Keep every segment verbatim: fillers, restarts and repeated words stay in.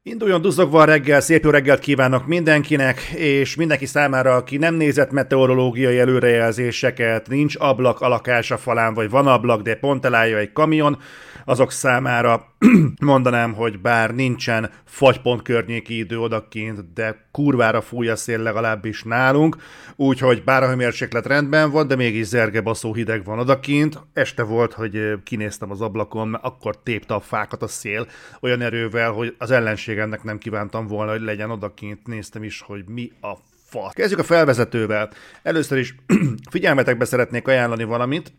Induljon duzzogva a reggel, szép jó reggelt kívánok mindenkinek, és mindenki számára, aki nem nézett meteorológiai előrejelzéseket, nincs ablak a lakása falán, vagy van ablak, de pont elállja egy kamion, azok számára mondanám, hogy bár nincsen fagypont környéki idő odakint, de kurvára fúj a szél legalábbis nálunk, úgyhogy bár a hőmérséklet rendben van, de mégis zergebaszó hideg van odakint. Este volt, hogy kinéztem az ablakon, mert akkor tépte a fákat a szél olyan erővel, hogy az ellenségemnek nem kívántam volna, hogy legyen odakint. Néztem is, hogy mi a fasz. Kezdjük a felvezetővel. Először is figyelmetekbe szeretnék ajánlani valamit.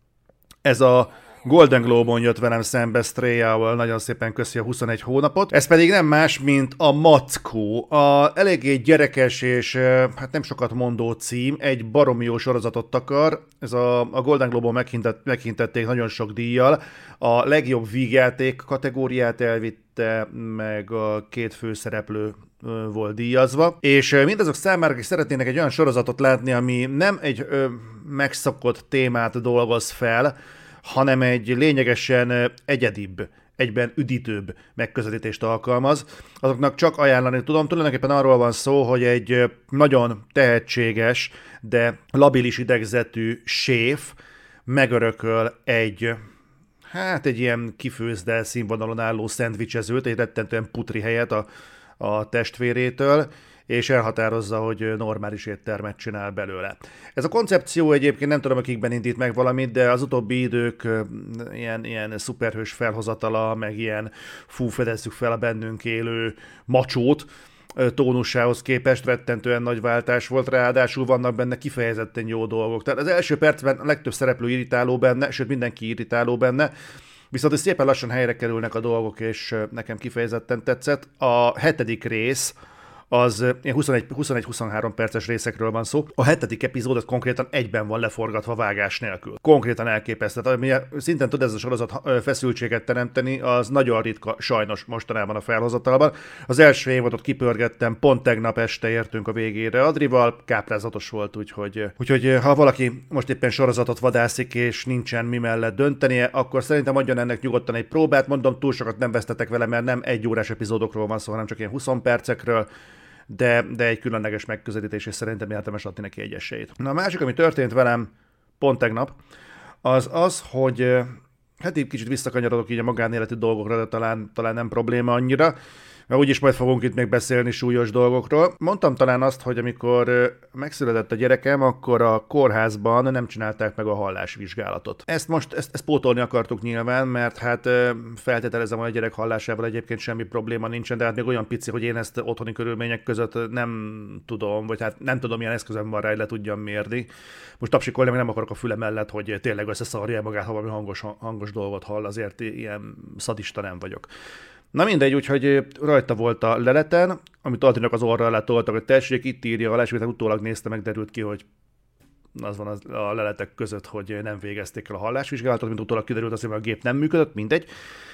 Ez a Golden Globe-on jött velem szembe Stray-jával, nagyon szépen köszi a huszonegy hónapot. Ez pedig nem más, mint a Mackó. A eléggé gyerekes és hát nem sokat mondó cím, egy baromi jó sorozatot takar. Ez a, a Golden Globe-on meghintett, meghintették nagyon sok díjjal. A legjobb vígjáték kategóriát elvitte, meg a két főszereplő volt díjazva. És mindazok számára, akik szeretnének egy olyan sorozatot látni, ami nem egy ö, megszokott témát dolgoz fel, hanem egy lényegesen egyedibb, egyben üdítőbb megközelítést alkalmaz. Azoknak csak ajánlani tudom. Tulajdonképpen arról van szó, hogy egy nagyon tehetséges, de labilis idegzetű séf megörököl egy, hát egy ilyen kifőzdel színvonalon álló szendvicsezőt, egy rettentően putri helyet a, a testvérétől, és elhatározza, hogy normális éttermet csinál belőle. Ez a koncepció egyébként nem tudom, akikben indít meg valamit, de az utóbbi idők ilyen, ilyen szuperhős felhozatala, meg ilyen fú, fedezzük fel a bennünk élő macsót tónusához képest rettentően nagy váltás volt, ráadásul vannak benne kifejezetten jó dolgok. Tehát az első percben a legtöbb szereplő irritáló benne, sőt mindenki irritáló benne, viszont szépen lassan helyre kerülnek a dolgok, és nekem kifejezetten tetszett. A hetedik rész, az huszonegy-huszonhárom perces részekről van szó. A hetedik epizód az konkrétan egyben van leforgatva vágás nélkül. Konkrétan elképesztő. Ami szinten tud ez a sorozat feszültséget teremteni, az nagyon ritka sajnos mostanában a felhozatalban. Az első évadot kipörgettem, pont tegnap este értünk a végére Adrival, káprázatos volt, úgyhogy, úgyhogy ha valaki most éppen sorozatot vadászik, és nincsen mi mellett döntenie, akkor szerintem adjon ennek nyugodtan egy próbát. Mondom, túl sokat nem vesztetek vele, mert nem egy órás epizódokról van szó, hanem csak ilyen húsz percekről. De, de egy különleges megközelítés, és szerintem érdemes adni neki egy esélyt. Na a másik, ami történt velem pont tegnap, az az, hogy hát így kicsit visszakanyarodok így a magánéleti dolgokra, de talán, talán nem probléma annyira, mert úgyis majd fogunk itt még beszélni súlyos dolgokról. Mondtam talán azt, hogy amikor megszületett a gyerekem, akkor a kórházban nem csinálták meg a hallásvizsgálatot. Ezt most, ezt, ezt pótolni akartuk nyilván, mert hát feltételezem, hogy a gyerek hallásával egyébként semmi probléma nincsen, de hát még olyan pici, hogy én ezt otthoni körülmények között nem tudom, vagy hát nem tudom, milyen eszközöm van rá, hogy le tudjam mérni. Most tapsikolni meg nem akarok a füle mellett, hogy tényleg összeszarja magát, ha valami hangos, hangos dolgot hall, azért ilyen szadista nem vagyok. Na mindegy, úgyhogy rajta volt a leleten, amit Adrinak az orra alá toltak, hogy tessék, itt írja alá, és miután utólag nézte, meg derült ki, hogy az van az, a leletek között, hogy nem végezték el a hallásvizsgálatot, mint utólag kiderült, azért, mert a gép nem működött, mindegy.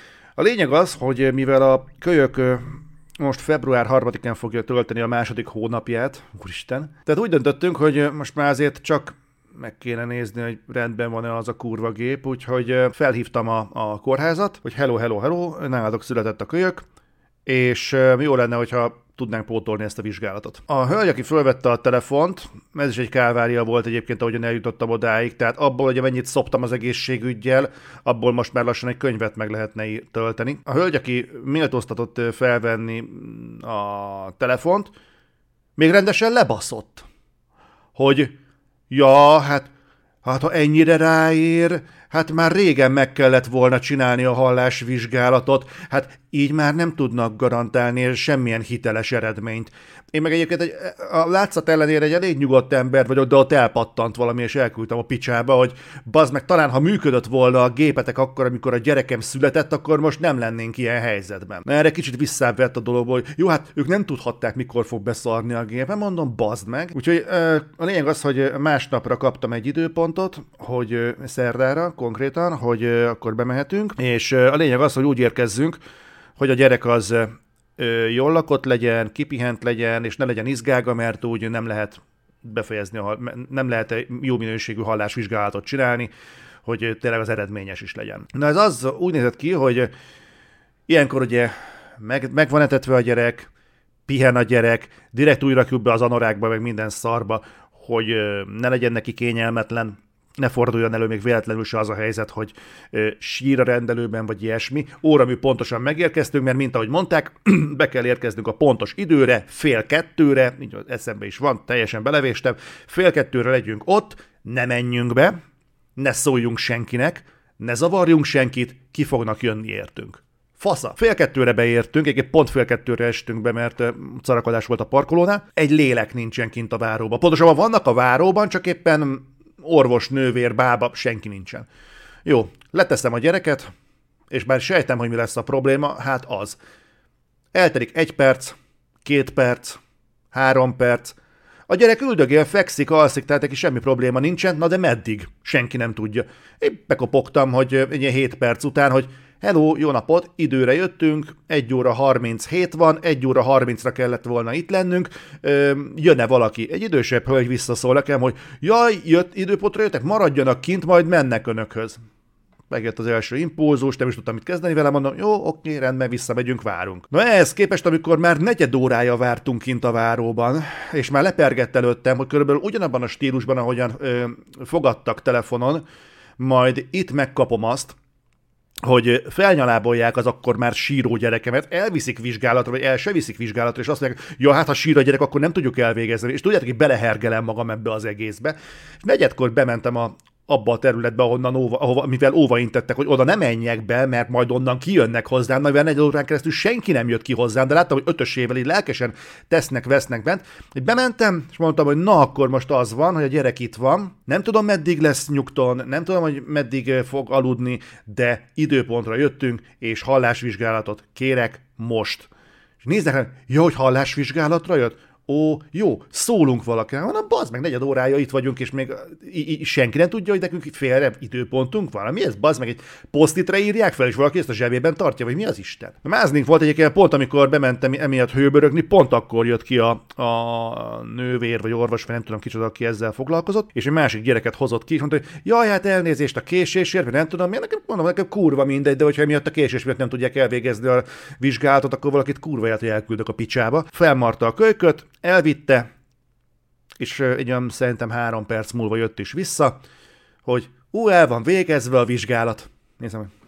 A lényeg az, hogy mivel a kölyök most február harmadikán fogja tölteni a második hónapját, úristen, tehát úgy döntöttünk, hogy most már azért csak meg kéne nézni, hogy rendben van-e az a kurva gép, úgyhogy felhívtam a, a kórházat, hogy hello, hello, hello, nálatok született a kölyök, és jó lenne, hogyha tudnánk pótolni ezt a vizsgálatot. A hölgy, aki fölvette a telefont, ez is egy kálvária volt egyébként, ahogyan eljutottam odáig, tehát abból, hogy mennyit szoptam az egészségüggyel, abból most már lassan egy könyvet meg lehetne tölteni. A hölgy, aki méltóztatott felvenni a telefont, még rendesen lebaszott, hogy ja, hát, hát ha ennyire ráér, hát már régen meg kellett volna csinálni a hallásvizsgálatot, hát így már nem tudnak garantálni semmilyen hiteles eredményt. Én meg egyébként egy, a látszat ellenére egy elég nyugodt ember vagyok, de ott elpattant valami, és elküldtem a picsába, hogy bazd meg, talán ha működött volna a gépetek akkor, amikor a gyerekem született, akkor most nem lennénk ilyen helyzetben. Na, erre kicsit visszavett a dologból, hogy jó, hát ők nem tudhatták, mikor fog beszarni a gépen, mondom, bazd meg. Úgyhogy a lényeg az, hogy másnapra kaptam egy időpontot, hogy szerdára konkrétan, hogy akkor bemehetünk, és a lényeg az, hogy úgy érkezzünk, hogy a gyerek az jól lakott legyen, kipihent legyen, és ne legyen izgága, mert úgy nem lehet befejezni, a, nem lehet jó minőségű hallásvizsgálatot csinálni, hogy tényleg az eredményes is legyen. Na ez az úgy nézett ki, hogy ilyenkor ugye meg, meg van etetve a gyerek, pihen a gyerek, direkt újra küld be az anorákba, meg minden szarba, hogy ne legyen neki kényelmetlen, ne forduljon elő még véletlenül se az a helyzet, hogy ö, sír a rendelőben, vagy ilyesmi. Óramű pontosan megérkeztünk, mert mint ahogy mondták, be kell érkeznünk a pontos időre, fél kettőre, így eszembe is van, teljesen belevéstem, fél kettőre legyünk ott, ne menjünk be, ne szóljunk senkinek, ne zavarjunk senkit, ki fognak jönni értünk. Fasza. Fél kettőre beértünk, egyébként pont fél kettőre estünk be, mert szarakodás volt a parkolónál. Egy lélek nincsen kint a váróban. Pontosabban vannak a váróban, csak éppen orvos, nővér, bába, senki nincsen. Jó, leteszem a gyereket, és bár sejtem, hogy mi lesz a probléma, hát az. Eltelik egy perc, két perc, három perc. A gyerek üldögél, fekszik, alszik, tehát neki semmi probléma nincsen, na de meddig? Senki nem tudja. Én bekopogtam, hogy egy ilyen hét perc után, hogy hello, jó napot, időre jöttünk, egy óra harminchét van, egy óra harmincra kellett volna itt lennünk, Ö, jön-e valaki? Egy idősebb hölgy visszaszól nekem, hogy jaj, jött, időpontra jöttek, maradjanak kint, majd mennek önökhöz. Megjött az első impulzus, nem is tudtam mit kezdeni vele, mondom, jó, oké, rendben, visszamegyünk, várunk. Na ehhez képest, amikor már negyed órája vártunk kint a váróban, és már lepergett előttem, hogy körülbelül ugyanabban a stílusban, ahogyan ö, fogadtak telefonon, majd itt megkapom azt, hogy felnyalábolják az akkor már síró gyerekemet, elviszik vizsgálatra, vagy el se viszik vizsgálatra, és azt mondják, ja, hát ha sír a gyerek, akkor nem tudjuk elvégezni. És tudjátok, hogy belehergelem magam ebbe az egészbe. És negyedkor bementem a abba a területbe, ahonnan óva, ahova, mivel óvaintettek, hogy oda nem menjek be, mert majd onnan kijönnek hozzám, mivel negyed órán keresztül senki nem jött ki hozzám, de láttam, hogy ötösével így lelkesen tesznek, vesznek bent. Bementem, és mondtam, hogy na, akkor most az van, hogy a gyerek itt van, nem tudom, meddig lesz nyugton, nem tudom, hogy meddig fog aludni, de időpontra jöttünk, és hallásvizsgálatot kérek most. És nézzek rá, jó, hogy hallásvizsgálatra jött? Ó, jó, szólunk valakinek, mondom, bazd meg, negyed órája itt vagyunk, és még i- i- senki nem tudja, hogy nekünk félre időpontunk van. Mi ez, bazd meg, egy posztitre írják fel, és valaki ezt a zsebében tartja, vagy mi az Isten? Mázlink volt egyébként pont, amikor bementem emiatt hőbörögni, pont akkor jött ki a, a nővér, vagy orvos, vagy nem tudom kicsoda, aki ezzel foglalkozott, és egy másik gyereket hozott ki, és mondta, hogy jaj, hát elnézést a késésért, vagy nem tudom, nekem, mondom, nekem kurva mindegy, de hogyha emiatt a késés miatt nem tudják elvégezni a vizsgálatot, akkor valakit kurva ját, hogy elküldök a picsába. Felmarta a kölyköt, elvitte, és egy olyan szerintem három perc múlva jött is vissza, hogy ú, el van végezve a vizsgálat. Nézem, hogy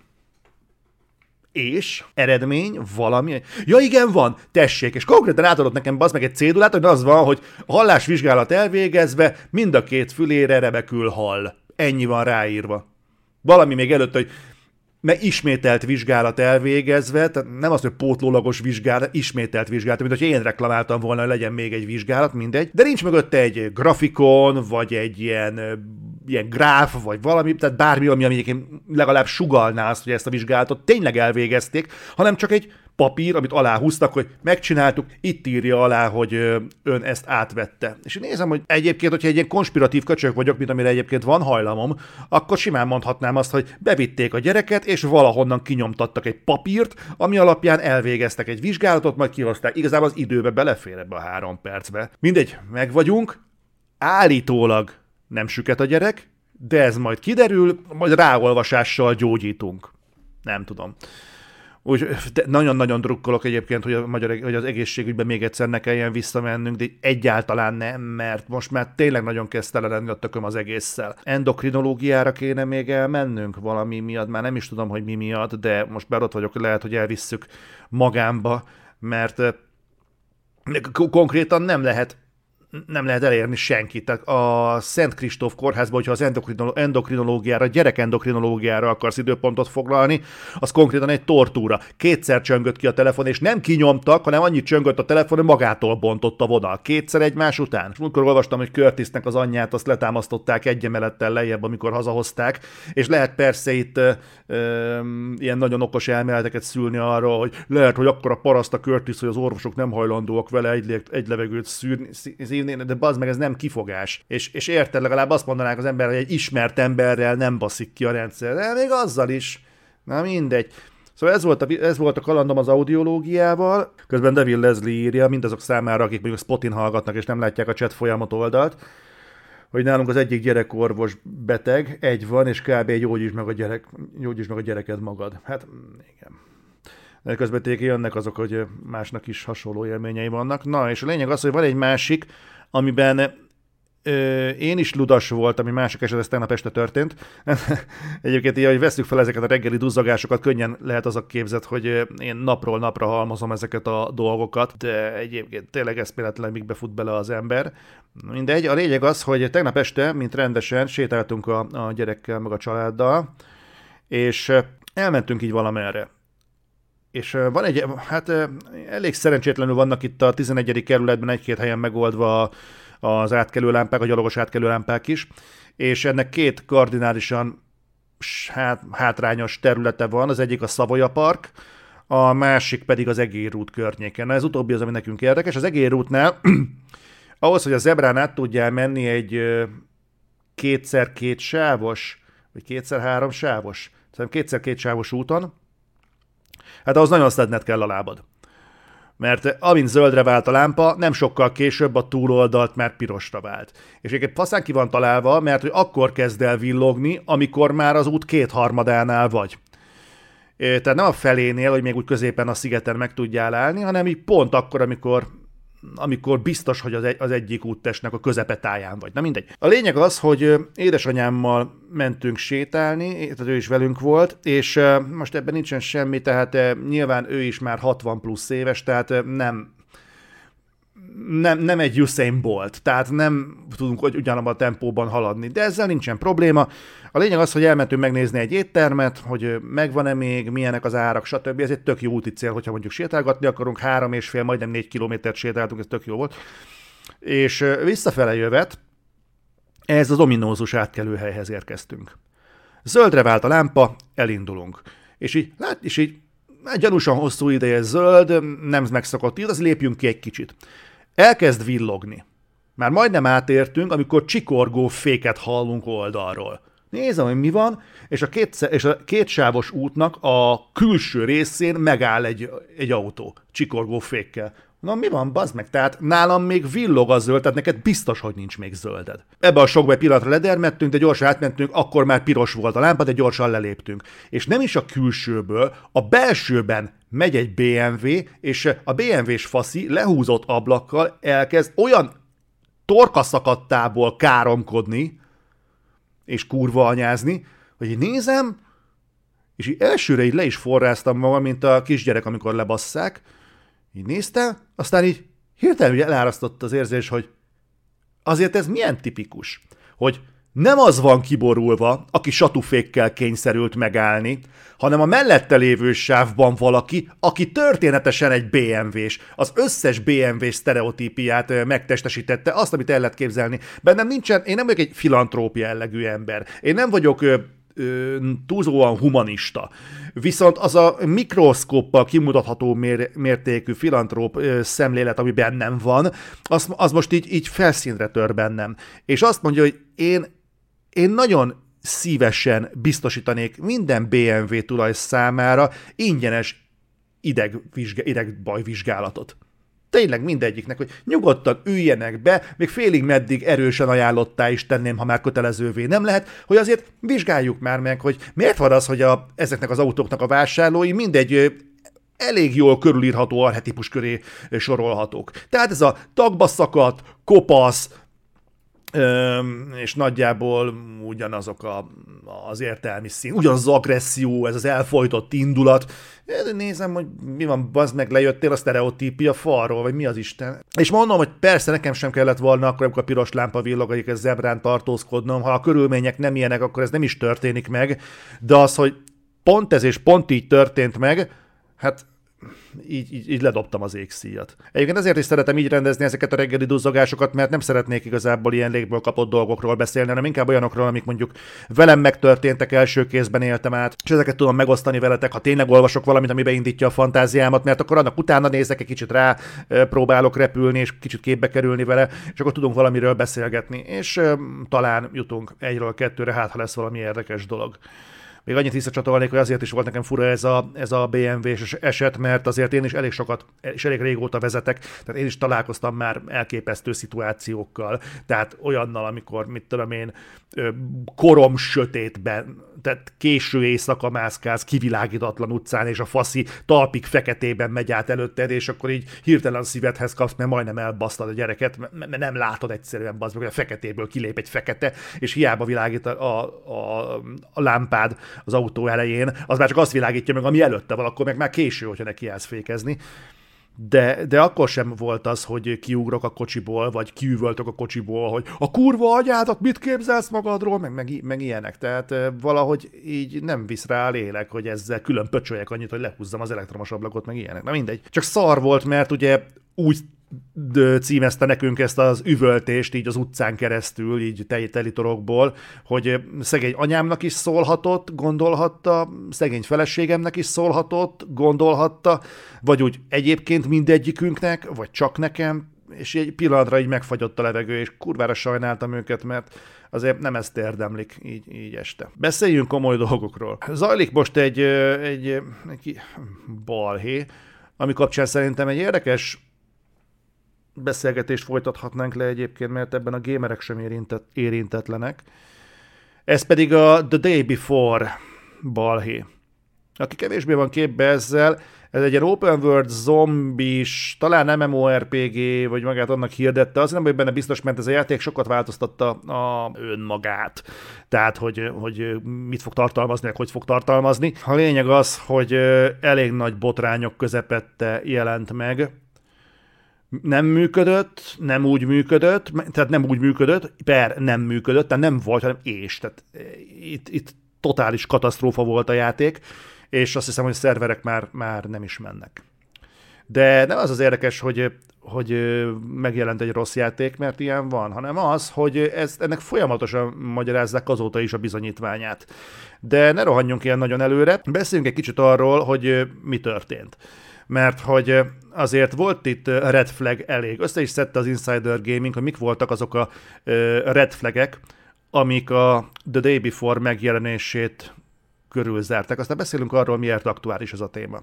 és eredmény valami? Ja igen, van, tessék, és konkrétan átadott nekem bazd meg egy cédulát, hogy az van, hogy a hallásvizsgálat elvégezve mind a két fülére remekül hall. Ennyi van ráírva. Valami még előtt, hogy mert ismételt vizsgálat elvégezve, tehát nem az, hogy pótlólagos vizsgálat, ismételt vizsgálat, mint hogy én reklamáltam volna, hogy legyen még egy vizsgálat, mindegy. De nincs mögötte egy grafikon, vagy egy ilyen, ilyen gráf, vagy valami, tehát bármi, ami egyébként legalább sugallná azt, hogy ezt a vizsgálatot tényleg elvégezték, hanem csak egy papír, amit aláhúztak, hogy megcsináltuk, itt írja alá, hogy ön ezt átvette. És én nézem, hogy egyébként, hogyha egy ilyen konspiratív köcsök vagyok, mint amire egyébként van hajlamom, akkor simán mondhatnám azt, hogy bevitték a gyereket, és valahonnan kinyomtattak egy papírt, ami alapján elvégeztek egy vizsgálatot, majd kihozták. Igazából az időbe belefér ebbe a három percbe. Mindegy, meg vagyunk, állítólag nem süket a gyerek, de ez majd kiderül, majd ráolvasással gyógyítunk. Nem tudom. Úgy nagyon-nagyon drukkolok egyébként, hogy, a magyar, hogy az egészségügyben még egyszer ne kelljen visszamennünk, de egyáltalán nem, mert most már tényleg nagyon kezd tele lenni a tököm az egésszel. Endokrinológiára kéne még elmennünk valami miatt, már nem is tudom, hogy mi miatt, de most bár ott vagyok, lehet, hogy elvisszük magámba, mert konkrétan nem lehet nem lehet elérni senkit. Tehát a Szent Kristóf kórházban, hogyha az endokrinológiára, gyerekendokrinológiára akarsz időpontot foglalni, az konkrétan egy tortúra. Kétszer csöngött ki a telefon, és nem kinyomtak, hanem annyit csöngött a telefon, hogy magától bontott a vonal. Kétszer egymás után. És múltkor olvastam, hogy Curtisnek az anyját azt letámasztották egy emelettel lejjebb, amikor hazahozták, és lehet persze itt ö, ö, ilyen nagyon okos elméleteket szülni arról, hogy lehet, hogy akkor a paraszt a Curtis, hogy az orvosok nem hajlandóak vele egy, egy levegőt szűrni, de bazd meg, ez nem kifogás. És, és érted, legalább azt mondanák az ember, hogy egy ismert emberrel nem baszik ki a rendszer. De még azzal is. Na mindegy. Szóval ez volt, a, ez volt a kalandom az audiológiával. Közben Devil Leslie írja, mindazok számára, akik mondjuk Spotin hallgatnak, és nem látják a chat folyamat oldalt, hogy nálunk az egyik gyerekorvos beteg, egy van, és kb. gyógyítsd meg a gyerek, gyógyítsd meg a gyereked magad. Hát igen. De közben tényleg jönnek azok, hogy másnak is hasonló élményei vannak. Na, és a lényeg az, hogy van egy másik, amiben ö, én is ludas voltam, ami másik eset, ez tegnap este történt. Egyébként így, hogy veszük fel ezeket a reggeli duzzagásokat, könnyen lehet az a képzet, hogy én napról napra halmozom ezeket a dolgokat, de egyébként tényleg eszméletlen, míg befut bele az ember. Mindegy, a lényeg az, hogy tegnap este, mint rendesen, sétáltunk a, a gyerekkel, meg a családdal, és elmentünk így valamerre. És van egy, hát elég szerencsétlenül vannak itt a tizenegyedik kerületben egy-két helyen megoldva az átkelőlámpák, a gyalogos átkelőlámpák is, és ennek két kardinálisan hát, hátrányos területe van, az egyik a Savoya Park, a másik pedig az Egér út környéken. Na, ez utóbbi az, ami nekünk érdekes. Az Egér útnál ahhoz, hogy a zebrán át tudjál menni egy kétszer-két sávos, vagy kétszer-három sávos, szerintem kétszer-két sávos úton, hát ahhoz nagyon szedned kell a lábad. Mert amint zöldre vált a lámpa, nem sokkal később a túloldalt már pirosra vált. És egyébként faszán ki van találva, mert hogy akkor kezd el villogni, amikor már az út kétharmadánál vagy. Tehát nem a felénél, hogy még úgy középen a szigeten meg tudjál állni, hanem így pont akkor, amikor, amikor biztos, hogy az, egy, az egyik úttestnek a közepetáján vagy. Na mindegy. A lényeg az, hogy édesanyámmal mentünk sétálni, tehát ő is velünk volt, és most ebben nincsen semmi, tehát nyilván ő is már hatvan plusz éves, tehát nem, nem, nem egy Usain Bolt, tehát nem tudunk ugyanabban a tempóban haladni, de ezzel nincsen probléma. A lényeg az, hogy elmentünk megnézni egy éttermet, hogy megvan-e még, milyenek az árak, stb. Ez egy tök jó úti cél, hogyha mondjuk sétálgatni akarunk, három és fél, majdnem négy kilométert sétáltunk, ez tök jó volt. És visszafele jövet, ehhez az ominózus átkelőhelyhez érkeztünk. Zöldre vált a lámpa, elindulunk. És így, lát, és így gyanúsan hosszú ideje zöld, nem megszokott így, az lépjünk ki egy kicsit. Elkezd villogni. Már majdnem átértünk, amikor csikorgó féket hallunk oldalról. Nézem, hogy mi van, és a, két, és a kétsávos útnak a külső részén megáll egy, egy autó, csikorgó fékkel. Na mi van, bazd meg? Tehát nálam még villog a zöld, tehát neked biztos, hogy nincs még zölded. Ebbe a sokba egy pillanatra ledermettünk, de gyorsan átmentünk, akkor már piros volt a lámpa, de gyorsan leléptünk. És nem is a külsőből, a belsőben megy egy bé em vé, és a bé em vés faszi lehúzott ablakkal elkezd olyan torkaszakadtából káromkodni, és kurva anyázni, hogy így nézem, és így elsőre így le is forráztam magam, mint a kisgyerek, amikor lebasszák. Így néztem, aztán így hirtelen ugye elárasztott az érzés, hogy azért ez milyen tipikus, hogy nem az van kiborulva, aki satufékkel kényszerült megállni, hanem a mellette lévő sávban valaki, aki történetesen egy bé em vés. Az összes bé em vés sztereotípiát megtestesítette, azt, amit el lehet képzelni. Bennem nincsen, én nem vagyok egy filantrópia jellegű ember. Én nem vagyok ö, ö, túlzóan humanista. Viszont az a mikroszkóppal kimutatható mér, mértékű filantróp ö, szemlélet, ami bennem van, az, az most így, így felszínre tör bennem. És azt mondja, hogy én, én nagyon szívesen biztosítanék minden bé em vé tulaj számára ingyenes idegvizsga, idegbajvizsgálatot. Tényleg mindegyiknek, hogy nyugodtan üljenek be, még félig meddig erősen ajánlottá is tenném, ha már kötelezővé nem lehet, hogy azért vizsgáljuk már meg, hogy miért van az, hogy a, ezeknek az autóknak a vásárlói mindegy elég jól körülírható archetípus köré sorolhatók. Tehát ez a tagba szakadt, kopasz, Öm, és nagyjából ugyanazok a, az értelmi szín, ugyanaz az agresszió, ez az elfojtott indulat. Én nézem, hogy mi van, bazd meg, lejöttél a sztereotípia falról, vagy mi az Isten. És mondom, hogy persze nekem sem kellett volna akkor, amikor a piros lámpa villog, hogy ez zebrán tartózkodnom, ha a körülmények nem ilyenek, akkor ez nem is történik meg, de az, hogy pont ez és pont így történt meg, hát Így, így, így ledobtam az égszíjat. Egyébként ezért is szeretem így rendezni ezeket a reggeli duzzogásokat, mert nem szeretnék igazából ilyen légből kapott dolgokról beszélni, hanem inkább olyanokról, amik mondjuk velem megtörténtek, első kézben éltem át, és ezeket tudom megosztani veletek, ha tényleg olvasok valamit, ami beindítja a fantáziámat, mert akkor annak utána nézek, egy kicsit rá próbálok repülni, és kicsit képbe kerülni vele, és akkor tudunk valamiről beszélgetni, és um, talán jutunk egyről kettőre, hát ha lesz valami érdekes dolog. Még annyit visszacsatolnék, hogy azért is volt nekem fura ez a, ez a bé em vés eset, mert azért én is elég sokat, és elég régóta vezetek, tehát én is találkoztam már elképesztő szituációkkal, tehát olyannal, amikor, mit tudom én, korom sötétben tehát késő éjszaka mászkálsz kivilágítatlan utcán, és a faszi talpig feketében megy át előtted, és akkor így hirtelen szívedhez kapsz, mert majdnem elbasztad a gyereket, mert nem látod egyszerűen, bazd meg, hogy a feketéből kilép egy fekete, és hiába világít a, a, a lámpád az autó elején, az már csak azt világítja meg, ami előtte van, akkor meg már késő, hogyha neki állsz fékezni. De, de akkor sem volt az, hogy kiugrok a kocsiból, vagy kiüvöltök a kocsiból, hogy a kurva anyádat mit képzelsz magadról, meg, meg, meg ilyenek. Tehát valahogy így nem visz rá a lélek, hogy ezzel külön pöcsöljek annyit, hogy lehúzzam az elektromos ablakot, meg ilyenek. Na mindegy. Csak szar volt, mert ugye úgy címezte nekünk ezt az üvöltést így az utcán keresztül, így telitorokból, hogy szegény anyámnak is szólhatott, gondolhatta, szegény feleségemnek is szólhatott, gondolhatta, vagy úgy egyébként mindegyikünknek, vagy csak nekem, és egy pillanatra így megfagyott a levegő, és kurvára sajnáltam őket, mert azért nem ezt érdemlik így, így este. Beszéljünk komoly dolgokról. Zajlik most egy, egy, egy balhé, ami kapcsán szerintem egy érdekes beszélgetést folytathatnánk le egyébként, mert ebben a gamerek sem érintet, érintetlenek. Ez pedig a The Day Before balhé. Aki kevésbé van képbe ezzel, ez egy ilyen open world zombis, talán MMORPG, vagy magát annak hirdette, az nem vagy benne biztos, mert ez a játék sokat változtatta a önmagát. Tehát, hogy, hogy mit fog tartalmazni, meg hogy fog tartalmazni. A lényeg az, hogy elég nagy botrányok közepette jelent meg. Nem működött, nem úgy működött, tehát nem úgy működött, per nem működött, tehát nem volt, hanem és. Tehát itt, itt totális katasztrófa volt a játék, és azt hiszem, hogy a szerverek már, már nem is mennek. De nem az az érdekes, hogy, hogy megjelent egy rossz játék, mert ilyen van, hanem az, hogy ezt, ennek folyamatosan magyarázzák azóta is a bizonyítványát. De ne rohanjunk ilyen nagyon előre, beszéljünk egy kicsit arról, hogy mi történt. Mert hogy azért volt itt red flag elég. Össze is szedte az Insider Gaming, hogy mik voltak azok a red flagek, amik a The Day Before megjelenését körülzárták. Aztán beszélünk arról, miért aktuális ez a téma.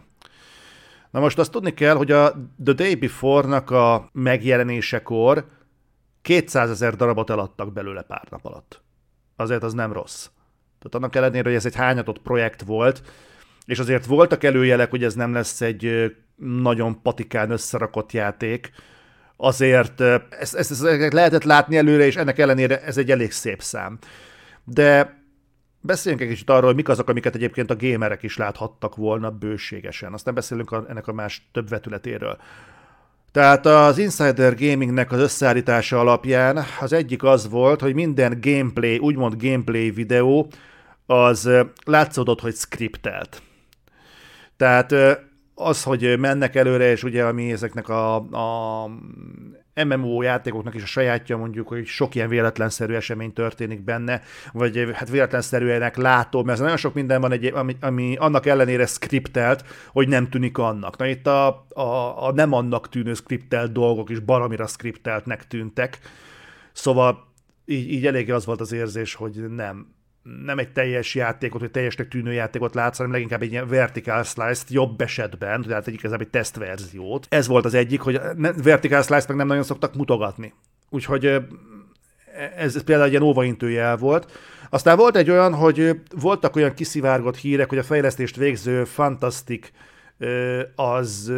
Na most azt tudni kell, hogy a The Day Before-nak a megjelenésekor kétszázezer darabot eladtak belőle pár nap alatt. Azért az nem rossz. Tehát annak ellenére, hogy ez egy hányatott projekt volt, és azért voltak előjelek, hogy ez nem lesz egy nagyon patikán összerakott játék, azért ezt, ezt, ezt lehetett látni előre, és ennek ellenére ez egy elég szép szám. De beszéljünk egy kicsit arról, hogy mik azok, amiket egyébként a gamerek is láthattak volna bőségesen. Aztán beszélünk a, ennek a más több vetületéről. Tehát az Insider Gamingnek az összeállítása alapján az egyik az volt, hogy minden gameplay, úgymond gameplay videó, az látszódott, hogy skriptelt. Tehát az, hogy mennek előre, és ugye ami ezeknek a, a em em o játékoknak is a sajátja, mondjuk, hogy sok ilyen véletlenszerű esemény történik benne, vagy hát véletlenszerűenek látom, mert nagyon sok minden van, egy, ami, ami annak ellenére skriptelt, hogy nem tűnik annak. Na itt a, a, a nem annak tűnő skriptelt dolgok is baromira skripteltnek tűntek, szóval így, így eléggé az volt az érzés, hogy nem. nem egy teljes játékot, vagy teljesnek tűnő játékot látsz, hanem leginkább egy ilyen vertical slice-t jobb esetben, tehát egy igazából egy tesztverziót. Ez volt az egyik, hogy vertical slice-t meg nem nagyon szoktak mutogatni. Úgyhogy ez például egy ilyen óvaintő jel volt. Aztán volt egy olyan, hogy voltak olyan kiszivárgott hírek, hogy a fejlesztést végző Fantastic az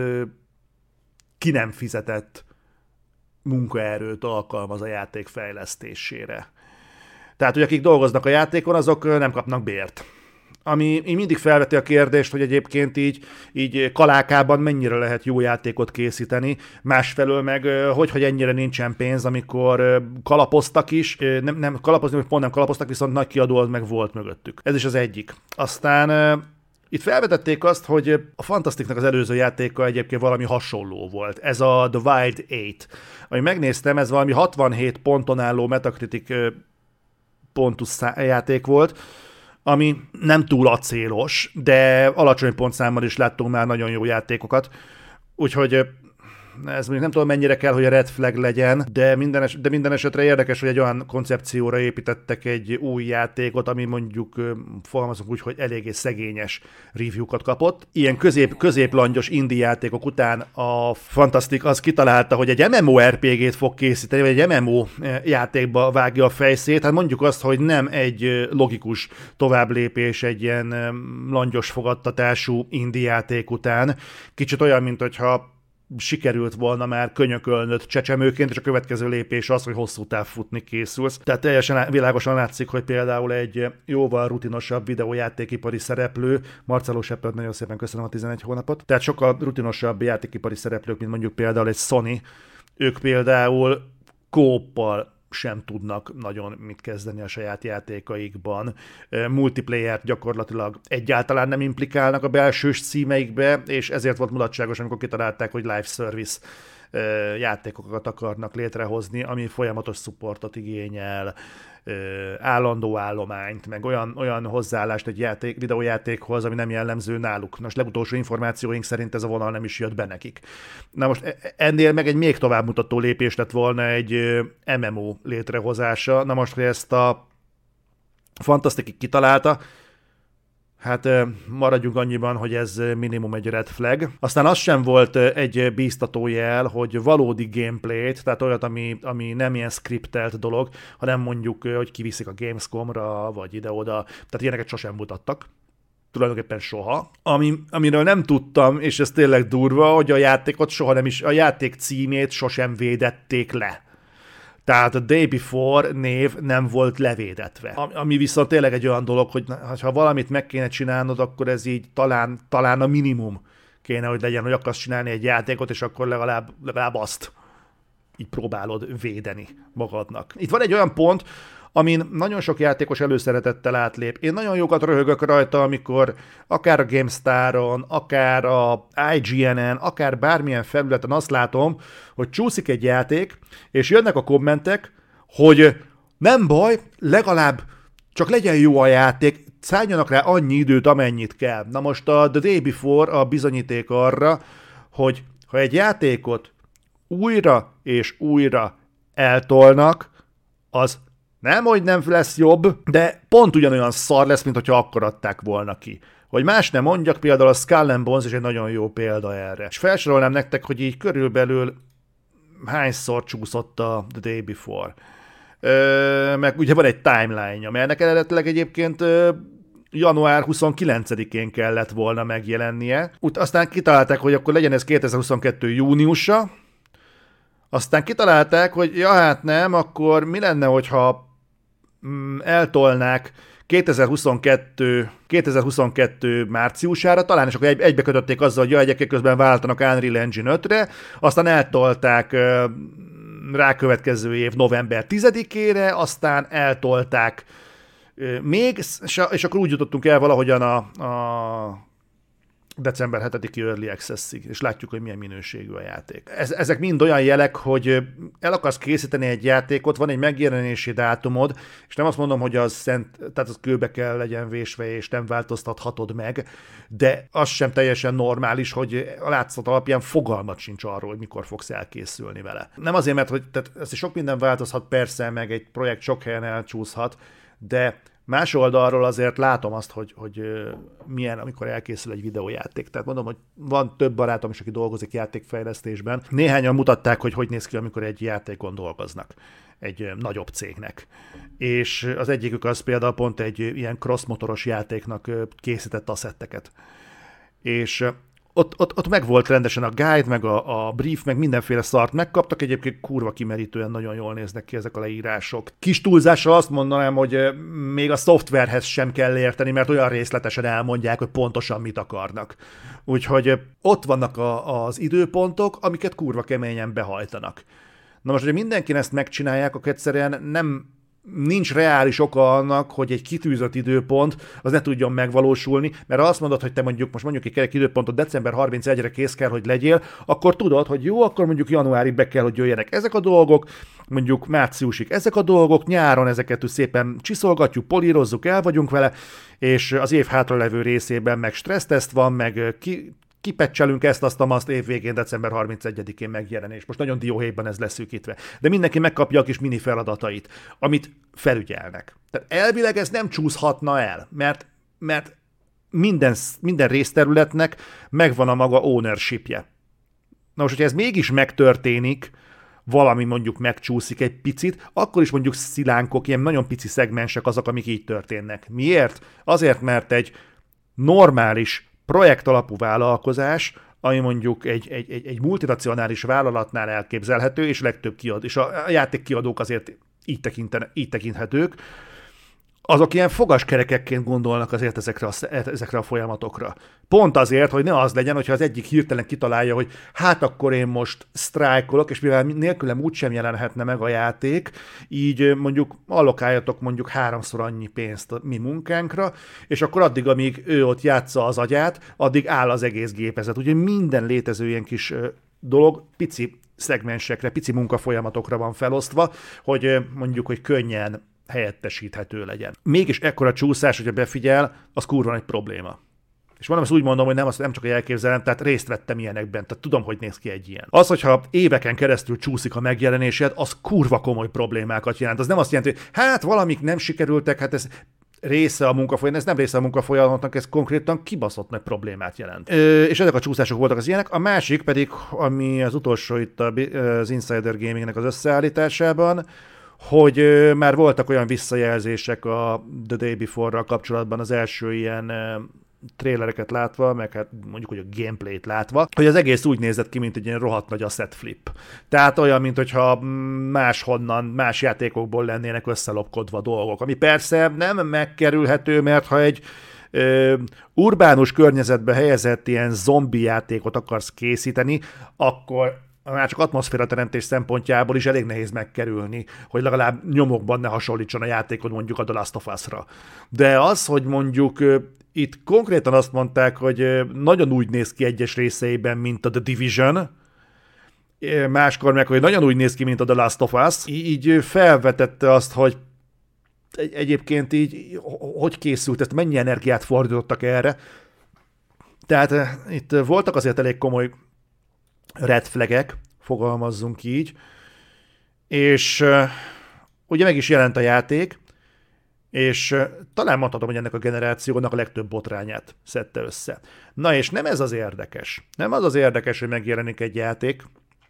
ki nem fizetett munkaerőt alkalmaz a játék fejlesztésére. Tehát, hogy akik dolgoznak a játékon, azok nem kapnak bért. Ami így mindig felveti a kérdést, hogy egyébként így, így kalákában mennyire lehet jó játékot készíteni, másfelől meg hogy, hogy ennyire nincsen pénz, amikor kalapoztak is, nem, nem kalapozni, pont nem kalapoztak, viszont nagy kiadó az meg volt mögöttük. Ez is az egyik. Aztán itt felvetették azt, hogy a Fantasticnak az előző játéka egyébként valami hasonló volt. Ez a The Wild Eight. Ami megnéztem, ez valami hatvanhét ponton álló Metacritic pontus játék volt, ami nem túl acélos, de alacsony pontszámmal is láttunk már nagyon jó játékokat. Úgyhogy Ez mondjuk nem tudom mennyire kell, hogy a red flag legyen, de minden, es- de minden esetre érdekes, hogy egy olyan koncepcióra építettek egy új játékot, ami mondjuk fogalmazunk úgy, hogy eléggé szegényes review-kat kapott. Ilyen közép, középlangyos indie játékok után a Fantastic az kitalálta, hogy egy MMORPG-t fog készíteni, vagy egy em em o játékba vágja a fejszét. Hát mondjuk azt, hogy nem egy logikus továbblépés egy ilyen langyos fogadtatású indie játék után. Kicsit olyan, mint hogyha sikerült volna már könyökölnöd csecsemőként, és a következő lépés az, hogy hosszú táv futni készülsz. Tehát teljesen világosan látszik, hogy például egy jóval rutinosabb videójátékipari szereplő, Marcelo Shepard, nagyon szépen köszönöm a tizenegy hónapot, tehát sokkal rutinosabb játékipari szereplők, mint mondjuk például egy Sony, ők például kóppal sem tudnak nagyon mit kezdeni a saját játékaikban. Multiplayer-t gyakorlatilag egyáltalán nem implikálnak a belsős címeikbe, és ezért volt mulatságos, amikor kitalálták, hogy live service játékokat akarnak létrehozni, ami folyamatos supportot igényel, állandó állományt, meg olyan, olyan hozzáállást egy játék, videójátékhoz, ami nem jellemző náluk. Most legutolsó információink szerint ez a vonal nem is jött be nekik. Na most ennél meg egy még továbbmutató lépés lett volna egy em em o létrehozása. Na most, hogy ezt a Fantastic kitalálta, hát maradjunk annyiban, hogy ez minimum egy red flag. Aztán az sem volt egy bíztató jel, hogy valódi gameplayt, tehát olyat, ami, ami nem ilyen scriptelt dolog, hanem mondjuk, hogy kiviszik a Gamescomra, vagy ide-oda, tehát ilyeneket sosem mutattak. Tulajdonképpen soha. Ami, amiről nem tudtam, és ez tényleg durva, hogy a játékot soha nem is, a játék címét sosem védették le. Tehát a Day Before név nem volt levédetve. Ami viszont tényleg egy olyan dolog, hogy ha valamit meg kéne csinálnod, akkor ez így talán, talán a minimum kéne, hogy legyen, hogy akarsz csinálni egy játékot, és akkor legalább, legalább azt így próbálod védeni magadnak. Itt van egy olyan pont, amin nagyon sok játékos előszeretettel átlép. Én nagyon jókat röhögök rajta, amikor akár a GameStar-on, akár a i gé en-en, akár bármilyen felületen azt látom, hogy csúszik egy játék, és jönnek a kommentek, hogy nem baj, legalább csak legyen jó a játék, szálljanak rá annyi időt, amennyit kell. Na most a The Day Before a bizonyíték arra, hogy ha egy játékot újra és újra eltolnak, az nem, hogy nem lesz jobb, de pont ugyanolyan szar lesz, mint hogyha akkor adták volna ki. Hogy más nem mondjak, például a Skull and Bones is egy nagyon jó példa erre. És felsorolnám nektek, hogy így körülbelül hányszor csúszott a The Day Before. Ö, meg ugye van egy timeline-ja, mert eredetileg egyébként ö, január huszonkilencedikén kellett volna megjelennie. Ut- aztán kitalálták, hogy akkor legyen ez kétezer-huszonkettő júniusa, aztán kitalálták, hogy ja hát nem, akkor mi lenne, hogyha mm, eltolnák kétezer-huszonkettő, kétezer-huszonkettő márciusára, talán, és akkor egy, egybekötötték azzal, hogy ja, egyébként közben váltanak Unreal Engine ötre, aztán eltolták ö, rákövetkező év november tizedikére, aztán eltolták ö, még, és, és akkor úgy jutottunk el valahogyan a, a december hetediki Early Access-ig, és látjuk, hogy milyen minőségű a játék. Ez, ezek mind olyan jelek, hogy el akarsz készíteni egy játékot, van egy megjelenési dátumod, és nem azt mondom, hogy az szent, tehát az kőbe kell legyen vésve, és nem változtathatod meg, de az sem teljesen normális, hogy a látszat alapján fogalmat sincs arról, hogy mikor fogsz elkészülni vele. Nem azért, mert hogy tehát ez sok minden változhat, persze, meg egy projekt sok helyen elcsúszhat, de más oldalról azért látom azt, hogy, hogy milyen, amikor elkészül egy videójáték. Tehát mondom, hogy van több barátom is, aki dolgozik játékfejlesztésben. Néhányan mutatták, hogy hogy néz ki, amikor egy játékon dolgoznak egy nagyobb cégnek. És az egyikük az például pont egy ilyen crossmotoros játéknak készített asszetteket. És Ott, ott, ott meg volt rendesen a guide, meg a, a brief, meg mindenféle szart megkaptak, egyébként kurva kimerítően nagyon jól néznek ki ezek a leírások. Kis túlzással azt mondanám, hogy még a szoftverhez sem kell érteni, mert olyan részletesen elmondják, hogy pontosan mit akarnak. Úgyhogy ott vannak a, az időpontok, amiket kurva keményen behajtanak. Na most, hogy mindenki ezt megcsinálják, akkor egyszerűen nem nincs reális oka annak, hogy egy kitűzött időpont az ne tudjon megvalósulni, mert ha azt mondod, hogy te mondjuk, most mondjuk egy kerek időpontot december harmincegyedikére kész kell, hogy legyél, akkor tudod, hogy jó, akkor mondjuk januárig be kell, hogy jöjjenek ezek a dolgok, mondjuk márciusig ezek a dolgok, nyáron ezeket szépen csiszolgatjuk, polírozzuk, el vagyunk vele, és az év hátralevő részében meg stresszteszt van, meg ki kipecselünk ezt, azt, azt évvégén, december harmincegyedikén megjelenés. Most nagyon dióhéjban ez leszűkítve. De mindenki megkapja a kis mini feladatait, amit felügyelnek. Tehát elvileg ez nem csúszhatna el, mert, mert minden, minden részterületnek megvan a maga ownershipje. Na most, hogyha ez mégis megtörténik, valami mondjuk megcsúszik egy picit, akkor is mondjuk szilánkok, ilyen nagyon pici szegmensek azok, amik így történnek. Miért? Azért, mert egy normális projektalapú vállalkozás, ami mondjuk egy, egy, egy, egy multinacionális vállalatnál elképzelhető, és legtöbb kiad, és a játékkiadók azért így, tekintene, így tekinthetők, azok ilyen fogaskerekekként gondolnak azért ezekre a, ezekre a folyamatokra. Pont azért, hogy ne az legyen, hogyha az egyik hirtelen kitalálja, hogy hát akkor én most sztrájkolok, és mivel nélkülem úgysem jelenhetne meg a játék, így mondjuk allokáljatok mondjuk háromszor annyi pénzt a mi munkánkra, és akkor addig, amíg ő ott játsza az agyát, addig áll az egész gépezet. Ugye minden létező ilyen kis dolog pici szegmensekre, pici munkafolyamatokra van felosztva, hogy mondjuk, hogy könnyen helyettesíthető legyen. Mégis ekkora csúszás, hogyha befigyel, az kurva egy probléma. És mondom, ezt úgy mondom, hogy nem, azt nem csak a elképzelem, tehát részt vettem ilyenekben, tehát tudom, hogy néz ki egy ilyen. Az, hogyha éveken keresztül csúszik a megjelenésed, az kurva komoly problémákat jelent. Az nem azt jelenti, hogy hát valamik nem sikerültek, hát ez része a munkafolyamatnak, ez nem része a munkafolyamatnak, ez konkrétan kibaszott nagy problémát jelent. Ö, és ezek a csúszások voltak az ilyenek. A másik pedig, ami az utolsó itt az Insider Gamingnek az összeállításában, hogy már voltak olyan visszajelzések a The Day Before-ral kapcsolatban az első ilyen trélereket látva, meg hát mondjuk, hogy a gameplayt látva, hogy az egész úgy nézett ki, mint egy ilyen rohadt nagy asset flip. Tehát olyan, mintha máshonnan, más játékokból lennének összelopkodva dolgok, ami persze nem megkerülhető, mert ha egy ö, urbánus környezetbe helyezett ilyen zombi játékot akarsz készíteni, akkor már csak atmoszférateremtés szempontjából is elég nehéz megkerülni, hogy legalább nyomokban ne hasonlítson a játékod mondjuk a The Last of Us-ra. De az, hogy mondjuk itt konkrétan azt mondták, hogy nagyon úgy néz ki egyes részeiben, mint a The Division, máskor meg, hogy nagyon úgy néz ki, mint a The Last of Us, így felvetette azt, hogy egy- egyébként így hogy készült, ezt mennyi energiát fordítottak erre. Tehát itt voltak azért elég komoly red flagek, fogalmazzunk így, és uh, ugye meg is jelent a játék, és uh, talán mondhatom, hogy ennek a generációnak a legtöbb botrányát szedte össze. Na és nem ez az érdekes. Nem az az érdekes, hogy megjelenik egy játék,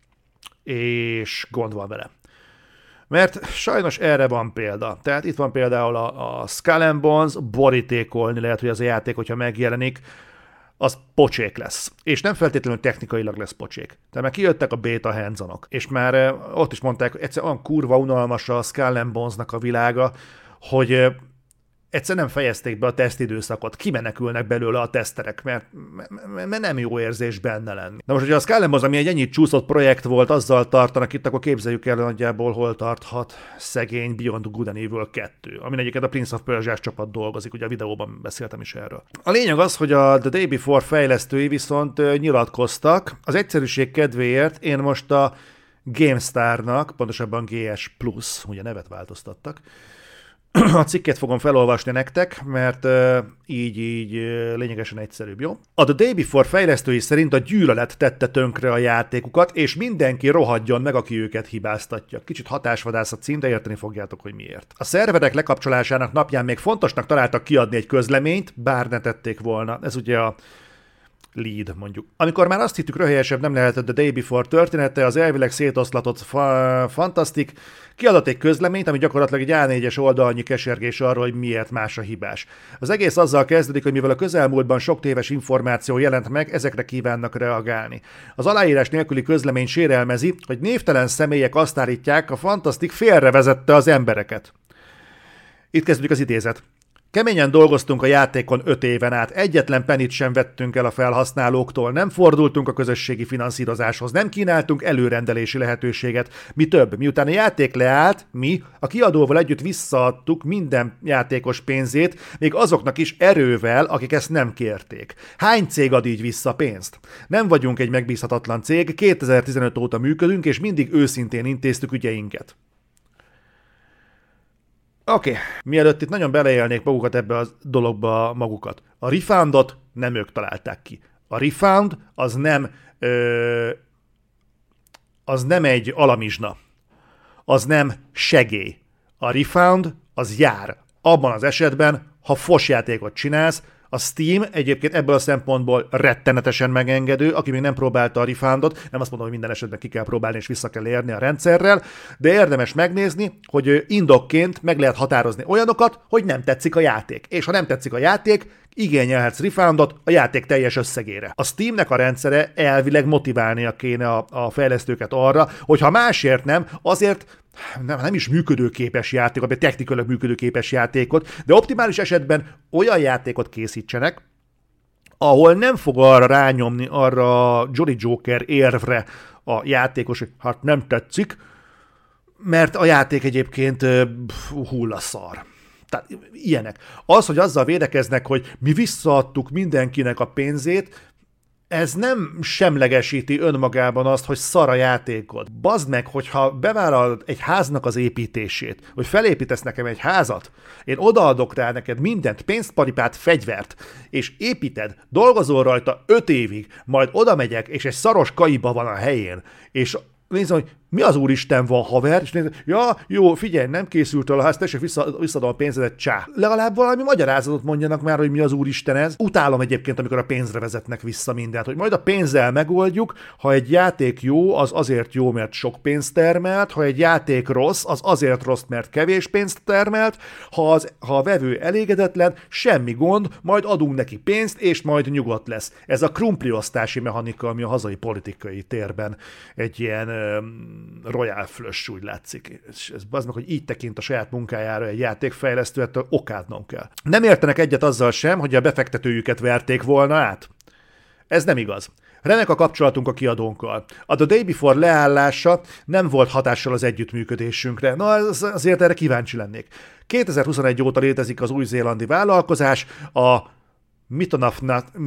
és gond van vele. Mert sajnos erre van példa. Tehát itt van például a, a Skull and Bones, borítékolni lehet, hogy az a játék, hogyha megjelenik, az pocsék lesz. És nem feltétlenül technikailag lesz pocsék. Tehát már kijöttek a beta hands-onok, és már ott is mondták, hogy egyszer olyan kurva unalmas a Skull and Bones-nak a világa, hogy egyszer nem fejezték be a tesztidőszakot, kimenekülnek belőle a teszterek, mert, mert nem jó érzés benne lenni. Na most, hogyha a Skull and Bones, ami egy ennyit csúszott projekt volt, azzal tartanak itt, akkor képzeljük el nagyjából, hol tarthat szegény Beyond Good and Evil kettő, amin egyébként a Prince of Persia-s csapat dolgozik, ugye a videóban beszéltem is erről. A lényeg az, hogy a The Day Before fejlesztői viszont nyilatkoztak, az egyszerűség kedvéért én most a GameStar-nak, pontosabban gé es Plus, ugye nevet változtattak, a cikket fogom felolvasni nektek, mert uh, így, így uh, lényegesen egyszerűbb, jó? A The Day Before fejlesztői szerint a gyűlölet tette tönkre a játékukat, és mindenki rohadjon meg, aki őket hibáztatja. Kicsit hatásvadász a cím, de érteni fogjátok, hogy miért. A szerverek lekapcsolásának napján még fontosnak találtak kiadni egy közleményt, bár ne tették volna. Ez ugye a lead, mondjuk. Amikor már azt hittük, röhelyesebb nem lehetett a Day Before története, az elvileg szétoszlatott fa- fantasztik kiadott egy közleményt, ami gyakorlatilag egy á négyes oldalnyi kesergés arról, hogy miért más a hibás. Az egész azzal kezdődik, hogy mivel a közelmúltban sok téves információ jelent meg, ezekre kívánnak reagálni. Az aláírás nélküli közlemény sérelmezi, hogy névtelen személyek azt állítják, a fantasztik félrevezette az embereket. Itt kezdődik az idézet. Keményen dolgoztunk a játékon öt éven át, egyetlen penit sem vettünk el a felhasználóktól, nem fordultunk a közösségi finanszírozáshoz, nem kínáltunk előrendelési lehetőséget. Mi több, miután a játék leállt, mi a kiadóval együtt visszaadtuk minden játékos pénzét, még azoknak is erővel, akik ezt nem kérték. Hány cég ad így vissza pénzt? Nem vagyunk egy megbízhatatlan cég, kétezer-tizenöt óta működünk, és mindig őszintén intéztük ügyeinket. Oké, okay. Mielőtt itt nagyon beleélnék magukat ebbe a dologba magukat. A refundot nem ők találták ki. A refound az nem, ö, az nem egy alamizsna, az nem segély. A refound az jár. Abban az esetben, ha fos játékot csinálsz, a Steam egyébként ebből a szempontból rettenetesen megengedő, aki még nem próbálta a refoundot, nem azt mondom, hogy minden esetben ki kell próbálni és vissza kell érni a rendszerrel, de érdemes megnézni, hogy indokként meg lehet határozni olyanokat, hogy nem tetszik a játék. És ha nem tetszik a játék, igényelhetsz refoundot a játék teljes összegére. A Steamnek a rendszere elvileg motiválnia kéne a, a fejlesztőket arra, hogy ha másért nem, azért nem, nem is működőképes játékot, vagy technikailag működőképes játékot, de optimális esetben olyan játékot készítsenek, ahol nem fog arra rányomni arra a Jolly Joker érvre a játékos, hogy hát nem tetszik, mert a játék egyébként hullaszar. Tehát ilyenek. Az, hogy azzal védekeznek, hogy mi visszaadtuk mindenkinek a pénzét, ez nem semlegesíti önmagában azt, hogy szar a játékod. Bazd meg, hogyha bevállalod egy háznak az építését, hogy felépítesz nekem egy házat, én odaadok rá neked mindent, pénzt, paripát, fegyvert, és építed, dolgozol rajta öt évig, majd oda megyek, és egy szaros kaiba van a helyén, és nézem, hogy mi az úristen van, haver, és nézem, ja, jó, figyelj, nem készült el a ház, tessék, vissza, visszadom a pénzedet, csá. Legalább valami magyarázatot mondjanak már, hogy mi az úristen ez. Utálom egyébként, amikor a pénzre vezetnek vissza mindent, hogy majd a pénzzel megoldjuk, ha egy játék jó, az azért jó, mert sok pénzt termelt, ha egy játék rossz, az azért rossz, mert kevés pénzt termelt, ha, az, ha a vevő elégedetlen, semmi gond, majd adunk neki pénzt, és majd nyugodt lesz. Ez a krumpliosztási mechanika, ami a hazai politikai térben egy ilyen royal flush, úgy látszik. És ez az meg, hogy így tekint a saját munkájára egy játékfejlesztő, ettől okádnom kell. Nem értenek egyet azzal sem, hogy a befektetőjüket verték volna át. Ez nem igaz. Remek a kapcsolatunk a kiadónkkal. A The Day Before leállása nem volt hatással az együttműködésünkre. Na, azért erre kíváncsi lennék. kétezer-huszonegy óta létezik az új-zélandi vállalkozás, a Mython of,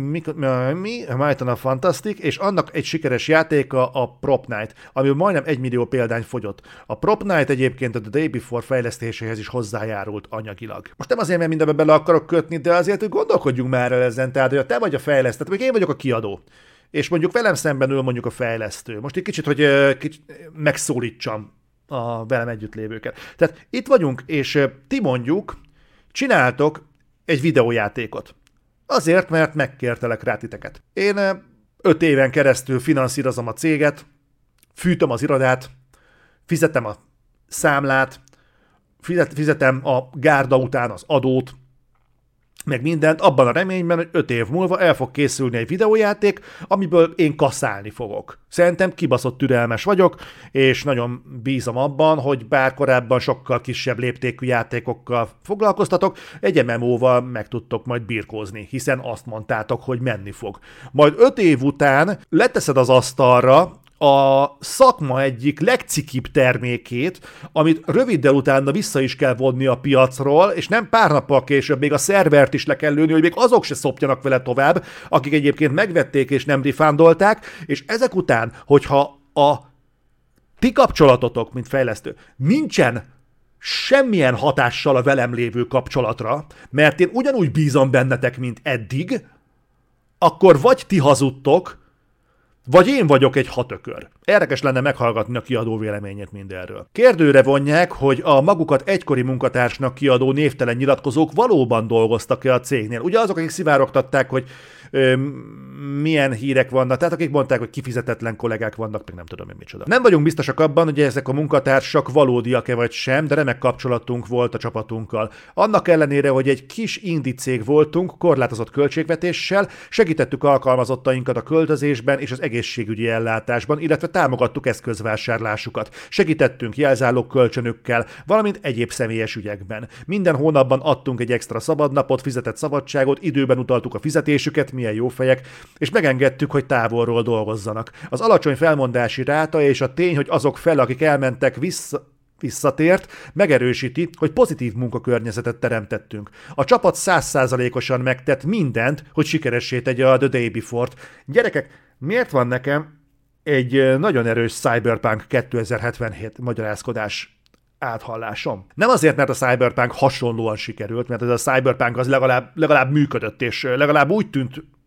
Mython of Fantastic, és annak egy sikeres játéka a Prop Night, amiből majdnem egy millió példány fogyott. A Prop Night egyébként a The Day Before fejlesztéséhez is hozzájárult anyagilag. Most nem azért, mert mindenbe bele akarok kötni, de azért, hogy gondolkodjunk már el ezen, tehát, hogy te vagy a fejlesztő, vagy én vagyok a kiadó. És mondjuk velem szemben ül mondjuk a fejlesztő. Most egy kicsit, hogy kicsit megszólítsam a velem együtt lévőket. Tehát itt vagyunk, és ti mondjuk csináltok egy videójátékot. Azért, mert megkértelek rá titeket. Én öt éven keresztül finanszírozom a céget, fűtöm az irodát, fizetem a számlát, fizetem a gárda után az adót, meg mindent, abban a reményben, hogy öt év múlva el fog készülni egy videójáték, amiből én kasszálni fogok. Szerintem kibaszott türelmes vagyok, és nagyon bízom abban, hogy bár korábban sokkal kisebb léptékű játékokkal foglalkoztatok, egy em em o-val meg tudtok majd birkózni, hiszen azt mondtátok, hogy menni fog. Majd öt év után leteszed az asztalra a szakma egyik legcikibb termékét, amit röviddel utána vissza is kell vonni a piacról, és nem pár nappal később még a szervert is le kell lőni, hogy még azok se szopjanak vele tovább, akik egyébként megvették és nem refundolták, és ezek után, hogyha a ti kapcsolatotok, mint fejlesztő, nincsen semmilyen hatással a velem lévő kapcsolatra, mert én ugyanúgy bízom bennetek, mint eddig, akkor vagy ti hazudtok, vagy én vagyok egy hatökör. Érdekes lenne meghallgatni a kiadó véleményét mindenről. Kérdőre vonják, hogy a magukat egykori munkatársnak kiadó névtelen nyilatkozók valóban dolgoztak-e a cégnél. Ugye azok, akik szivárogtatták, hogy ö, milyen hírek vannak, tehát akik mondták, hogy kifizetetlen kollégák vannak, meg nem tudom én micsoda. Nem vagyunk biztosak abban, hogy ezek a munkatársak valódiak-e vagy sem, de remek kapcsolatunk volt a csapatunkkal. Annak ellenére, hogy egy kis indie cég voltunk, korlátozott költségvetéssel, segítettük alkalmazottainkat a költözésben és az egészségügyi ellátásban, illetve támogattuk eszközvásárlásukat. Segítettünk jelzálók kölcsönökkel, valamint egyéb személyes ügyekben. Minden hónapban adtunk egy extra szabadnapot, fizetett szabadságot, időben utaltuk a fizetésüket, milyen jó fejek, és megengedtük, hogy távolról dolgozzanak. Az alacsony felmondási ráta és a tény, hogy azok fel, akik elmentek vissza, visszatért, megerősíti, hogy pozitív munkakörnyezetet teremtettünk. A csapat száz százalékosan megtett mindent, hogy sikeressé tegye a The Day Before-t. Gyerekek, miért van nekem egy nagyon erős Cyberpunk kétezer-hetvenhét magyarázkodás áthallásom? Nem azért, mert a Cyberpunk hasonlóan sikerült, mert ez a Cyberpunk az legalább, legalább működött, és legalább úgy tűnt,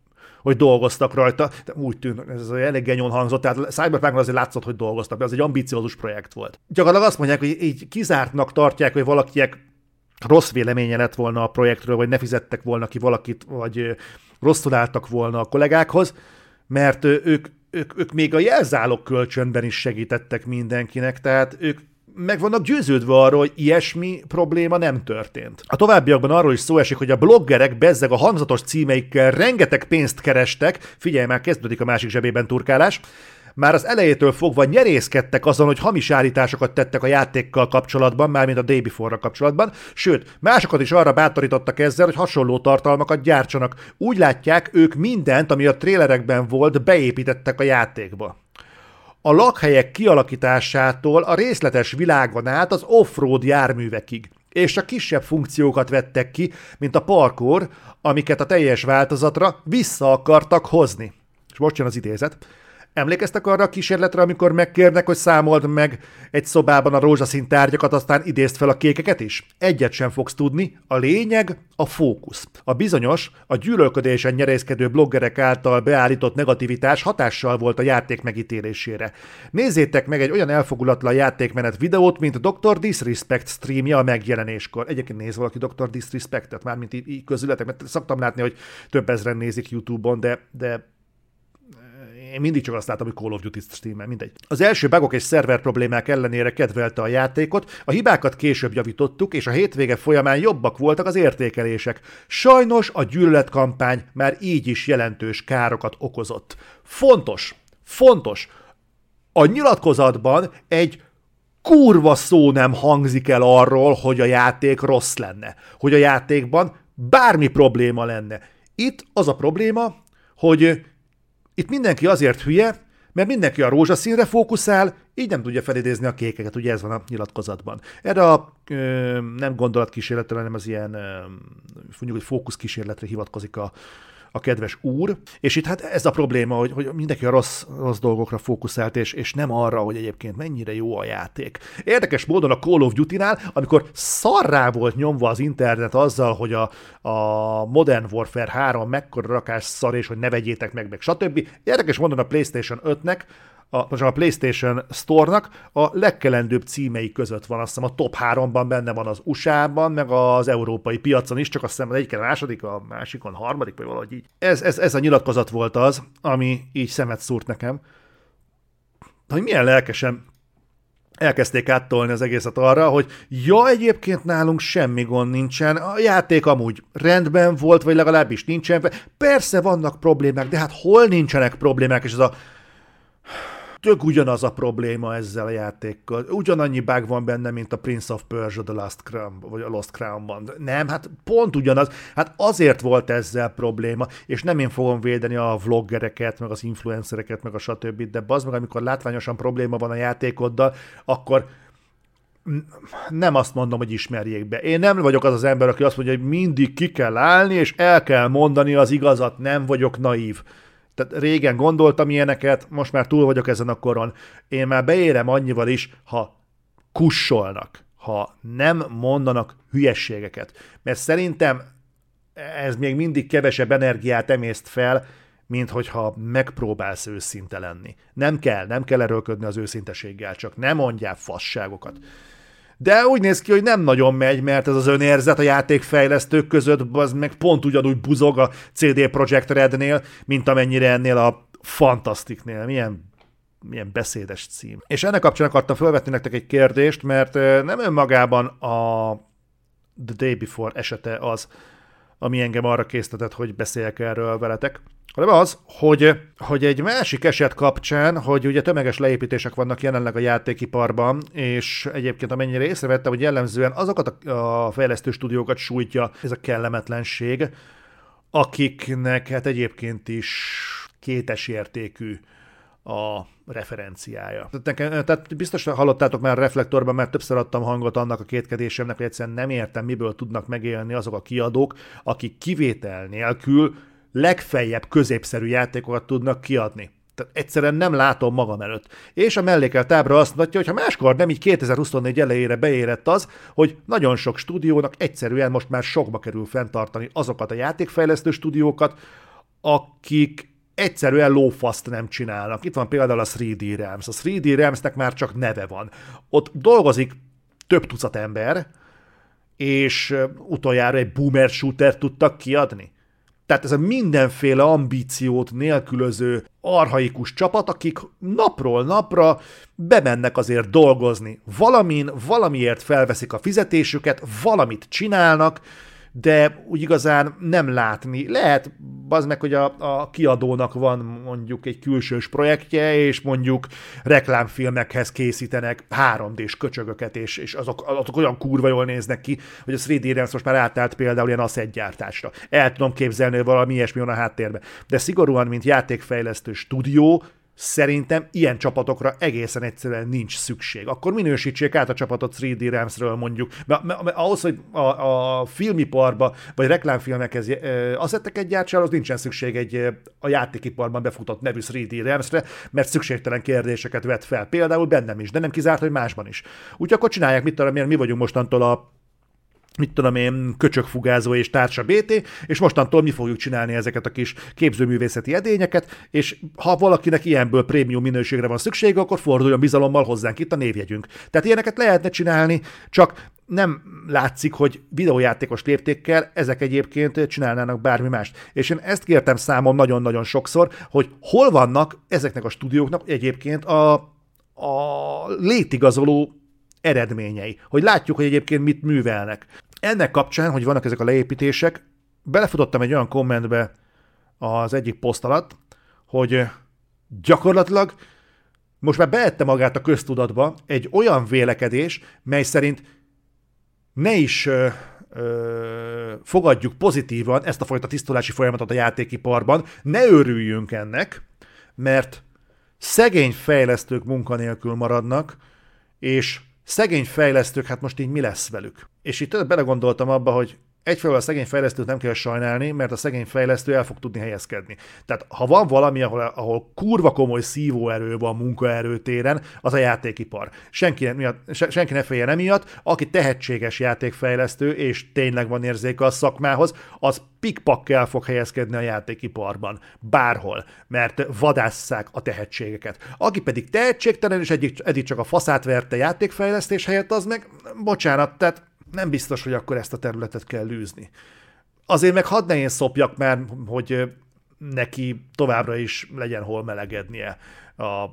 hogy dolgoztak rajta. De úgy tűnt, ez elég genyon hangzott, tehát Cyberpunkról azért látszott, hogy dolgoztak, de ez egy ambiciózus projekt volt. Gyakorlatilag azt mondják, hogy így kizártnak tartják, hogy valakinek rossz véleménye lett volna a projektről, vagy ne fizettek volna ki valakit, vagy rosszul álltak volna a kollégákhoz, mert ők, ők, ők még a jelzálog kölcsönben is segítettek mindenkinek, tehát ők meg vannak győződve arról, hogy ilyesmi probléma nem történt. A továbbiakban arról is szó esik, hogy a bloggerek bezzeg a hangzatos címeikkel rengeteg pénzt kerestek, figyelj már, kezdődik a másik zsebében turkálás, már az elejétől fogva nyerészkedtek azon, hogy hamis állításokat tettek a játékkal kapcsolatban, mármint a Day Before-ra kapcsolatban, sőt, másokat is arra bátorítottak ezzel, hogy hasonló tartalmakat gyártsanak. Úgy látják, ők mindent, ami a trélerekben volt, beépítettek a játékba. A lakhelyek kialakításától a részletes világon át az off-road járművekig, és a kisebb funkciókat vettek ki, mint a parkour, amiket a teljes változatra vissza akartak hozni. És most jön az idézet. Emlékeztek arra a kísérletre, amikor megkérnek, hogy számold meg egy szobában a rózsaszín tárgyakat, aztán idézd fel a kékeket is? Egyet sem fogsz tudni, a lényeg a fókusz. A bizonyos, a gyűlölködésen nyerészkedő bloggerek által beállított negativitás hatással volt a játék megítélésére. Nézzétek meg egy olyan elfogulatlan játékmenet videót, mint doktor Disrespect streamja a megjelenéskor. Egyébként néz valaki doktor Disrespectet, mármint így, így közületek, mert szoktam látni, hogy több ezren nézik YouTube-on, de... de én mindig csak azt látom, hogy Call of Duty streamel, mindegy. Az első bugok és szerver problémák ellenére kedvelte a játékot, a hibákat később javítottuk, és a hétvége folyamán jobbak voltak az értékelések. Sajnos a gyűlöletkampány már így is jelentős károkat okozott. Fontos, fontos, a nyilatkozatban egy kurva szó nem hangzik el arról, hogy a játék rossz lenne, hogy a játékban bármi probléma lenne. Itt az a probléma, hogy itt mindenki azért hülye, mert mindenki a rózsaszínre fókuszál, így nem tudja felidézni a kékeket, ugye ez van a nyilatkozatban. Erre a ö, nem gondolatkísérletre, hanem az ilyen, ö, mondjuk, hogy fókuszkísérletre hivatkozik a, a kedves úr. És itt hát ez a probléma, hogy, hogy mindenki a rossz, rossz dolgokra fókuszált, és, és nem arra, hogy egyébként mennyire jó a játék. Érdekes módon a Call of Duty-nál, amikor szarrá volt nyomva az internet azzal, hogy a, a Modern Warfare három mekkora rakás szar, és hogy ne vegyétek meg, meg stb. Érdekes módon a PlayStation ötnek, a, a PlayStation Store-nak a legkelendőbb címei között van, azt hiszem a top háromban benne van az u es á-ban, meg az európai piacon is, csak azt hiszem az egyiken a második, a másikon a harmadik, vagy valahogy így. Ez, ez, ez a nyilatkozat volt az, ami így szemet szúrt nekem, hogy milyen lelkesen elkezdték áttolni az egészet arra, hogy ja, egyébként nálunk semmi gond nincsen, a játék amúgy rendben volt, vagy legalábbis nincsen, persze vannak problémák, de hát hol nincsenek problémák, és ez a tök ugyanaz a probléma ezzel a játékkal. Ugyanannyi bug van benne, mint a Prince of Persia The Last Crown, vagy a Lost Crown-ban. Nem, hát pont ugyanaz. Hát azért volt ezzel probléma, és nem én fogom védeni a vloggereket, meg az influencereket, meg a stb. De bazd meg, amikor látványosan probléma van a játékoddal, akkor nem azt mondom, hogy ismerjék be. Én nem vagyok az az ember, aki azt mondja, hogy mindig ki kell állni, és el kell mondani az igazat, nem vagyok naív. Tehát régen gondoltam ilyeneket, most már túl vagyok ezen a koron. Én már beérem annyival is, ha kussolnak, ha nem mondanak hülyességeket. Mert szerintem ez még mindig kevesebb energiát emészt fel, mint hogyha megpróbálsz őszinte lenni. Nem kell, nem kell erőlködni az őszinteséggel, csak ne mondjál fasságokat. De úgy néz ki, hogy nem nagyon megy, mert ez az önérzet a játékfejlesztők között az meg pont ugyanúgy buzog a cé dé Projekt Rednél, mint amennyire ennél a Fantasticnél. Milyen, milyen beszédes cím. És ennek kapcsán akartam felvetni nektek egy kérdést, mert nem önmagában a The Day Before esete az, ami engem arra késztetett, hogy beszéljek erről veletek, hanem az, hogy, hogy egy másik eset kapcsán, hogy ugye tömeges leépítések vannak jelenleg a játékiparban, és egyébként amennyire észrevettem, hogy jellemzően azokat a, a fejlesztő stúdiókat sújtja ez a kellemetlenség, akiknek hát egyébként is kétes értékű a referenciája. Tehát, tehát biztos hallottátok már a Reflektorban, mert többször adtam hangot annak a kétkedésemnek, hogy egyszerűen nem értem, miből tudnak megélni azok a kiadók, akik kivétel nélkül legfeljebb középszerű játékokat tudnak kiadni. Tehát egyszerűen nem látom magam előtt. És a mellékelt ábra azt mutatja, hogy ha máskor nem így kétezer-huszonnégy elejére beérett az, hogy nagyon sok stúdiónak egyszerűen most már sokba kerül fenntartani azokat a játékfejlesztő stúdiókat, akik egyszerűen lófaszt nem csinálnak. Itt van például a három dé Realms. A három dé Realmsnek már csak neve van. Ott dolgozik több tucat ember, és utoljára egy boomer shooter tudtak kiadni. Tehát ez a mindenféle ambíciót nélkülöző archaikus csapat, akik napról napra bemennek azért dolgozni. Valamin, valamiért felveszik a fizetésüket, valamit csinálnak, de úgy igazán nem látni. Lehet, az meg, hogy a, a kiadónak van mondjuk egy külsős projektje, és mondjuk reklámfilmekhez készítenek három dés köcsögöket, és, és azok, azok olyan kurva jól néznek ki, hogy a három dé Realms most már átállt például ilyen asset gyártásra. El tudom képzelni, hogy valami ilyesmi van a háttérben. De szigorúan, mint játékfejlesztő stúdió, szerintem ilyen csapatokra egészen egyszerűen nincs szükség. Akkor minősítsék át a csapatot három dé Realmsről mondjuk. Mert, mert, mert ahhoz, hogy a, a filmiparba, vagy reklámfilmekhez e, asszetteket gyártsál, az nincsen szükség egy a játékiparban befutott nevű három dé Realmsre, mert szükségtelen kérdéseket vet fel. Például bennem is, de nem kizárt, hogy másban is. Úgyhogy akkor csinálják, mit tudom, mi vagyunk mostantól a mit tudom én, köcsögfugázó és társa bé té, és mostantól mi fogjuk csinálni ezeket a kis képzőművészeti edényeket, és ha valakinek ilyenből prémium minőségre van szüksége, akkor forduljon bizalommal hozzánk, itt a névjegyünk. Tehát ilyeneket lehetne csinálni, csak nem látszik, hogy videójátékos léptékkel ezek egyébként csinálnának bármi mást. És én ezt kértem számon nagyon-nagyon sokszor, hogy hol vannak ezeknek a stúdióknak egyébként a, a létigazoló eredményei, hogy látjuk, hogy egyébként mit művelnek. Ennek kapcsán, hogy vannak ezek a leépítések, belefutottam egy olyan kommentbe az egyik poszt alatt, hogy gyakorlatilag most már beette magát a köztudatba egy olyan vélekedés, mely szerint ne is ö, ö, fogadjuk pozitívan ezt a fajta tisztulási folyamatot a játékiparban, ne örüljünk ennek, mert szegény fejlesztők munkanélkül maradnak, és szegény fejlesztők, hát most így mi lesz velük? És itt belegondoltam abba, hogy egyfelől a szegény fejlesztőt nem kell sajnálni, mert a szegény fejlesztő el fog tudni helyezkedni. Tehát ha van valami, ahol, ahol kurva komoly szívóerő van munkaerőtéren, az a játékipar. Senki, miatt, senki ne féljen emiatt, aki tehetséges játékfejlesztő, és tényleg van érzéke a szakmához, az pikpakkel fog helyezkedni a játékiparban. Bárhol, mert vadásszák a tehetségeket. Aki pedig tehetségtelen, és eddig, eddig csak a faszát verte játékfejlesztés helyett, az meg, bocsánat, tehát nem biztos, hogy akkor ezt a területet kell lűzni. Azért meg hadd ne én szopjak már, hogy neki továbbra is legyen hol melegednie a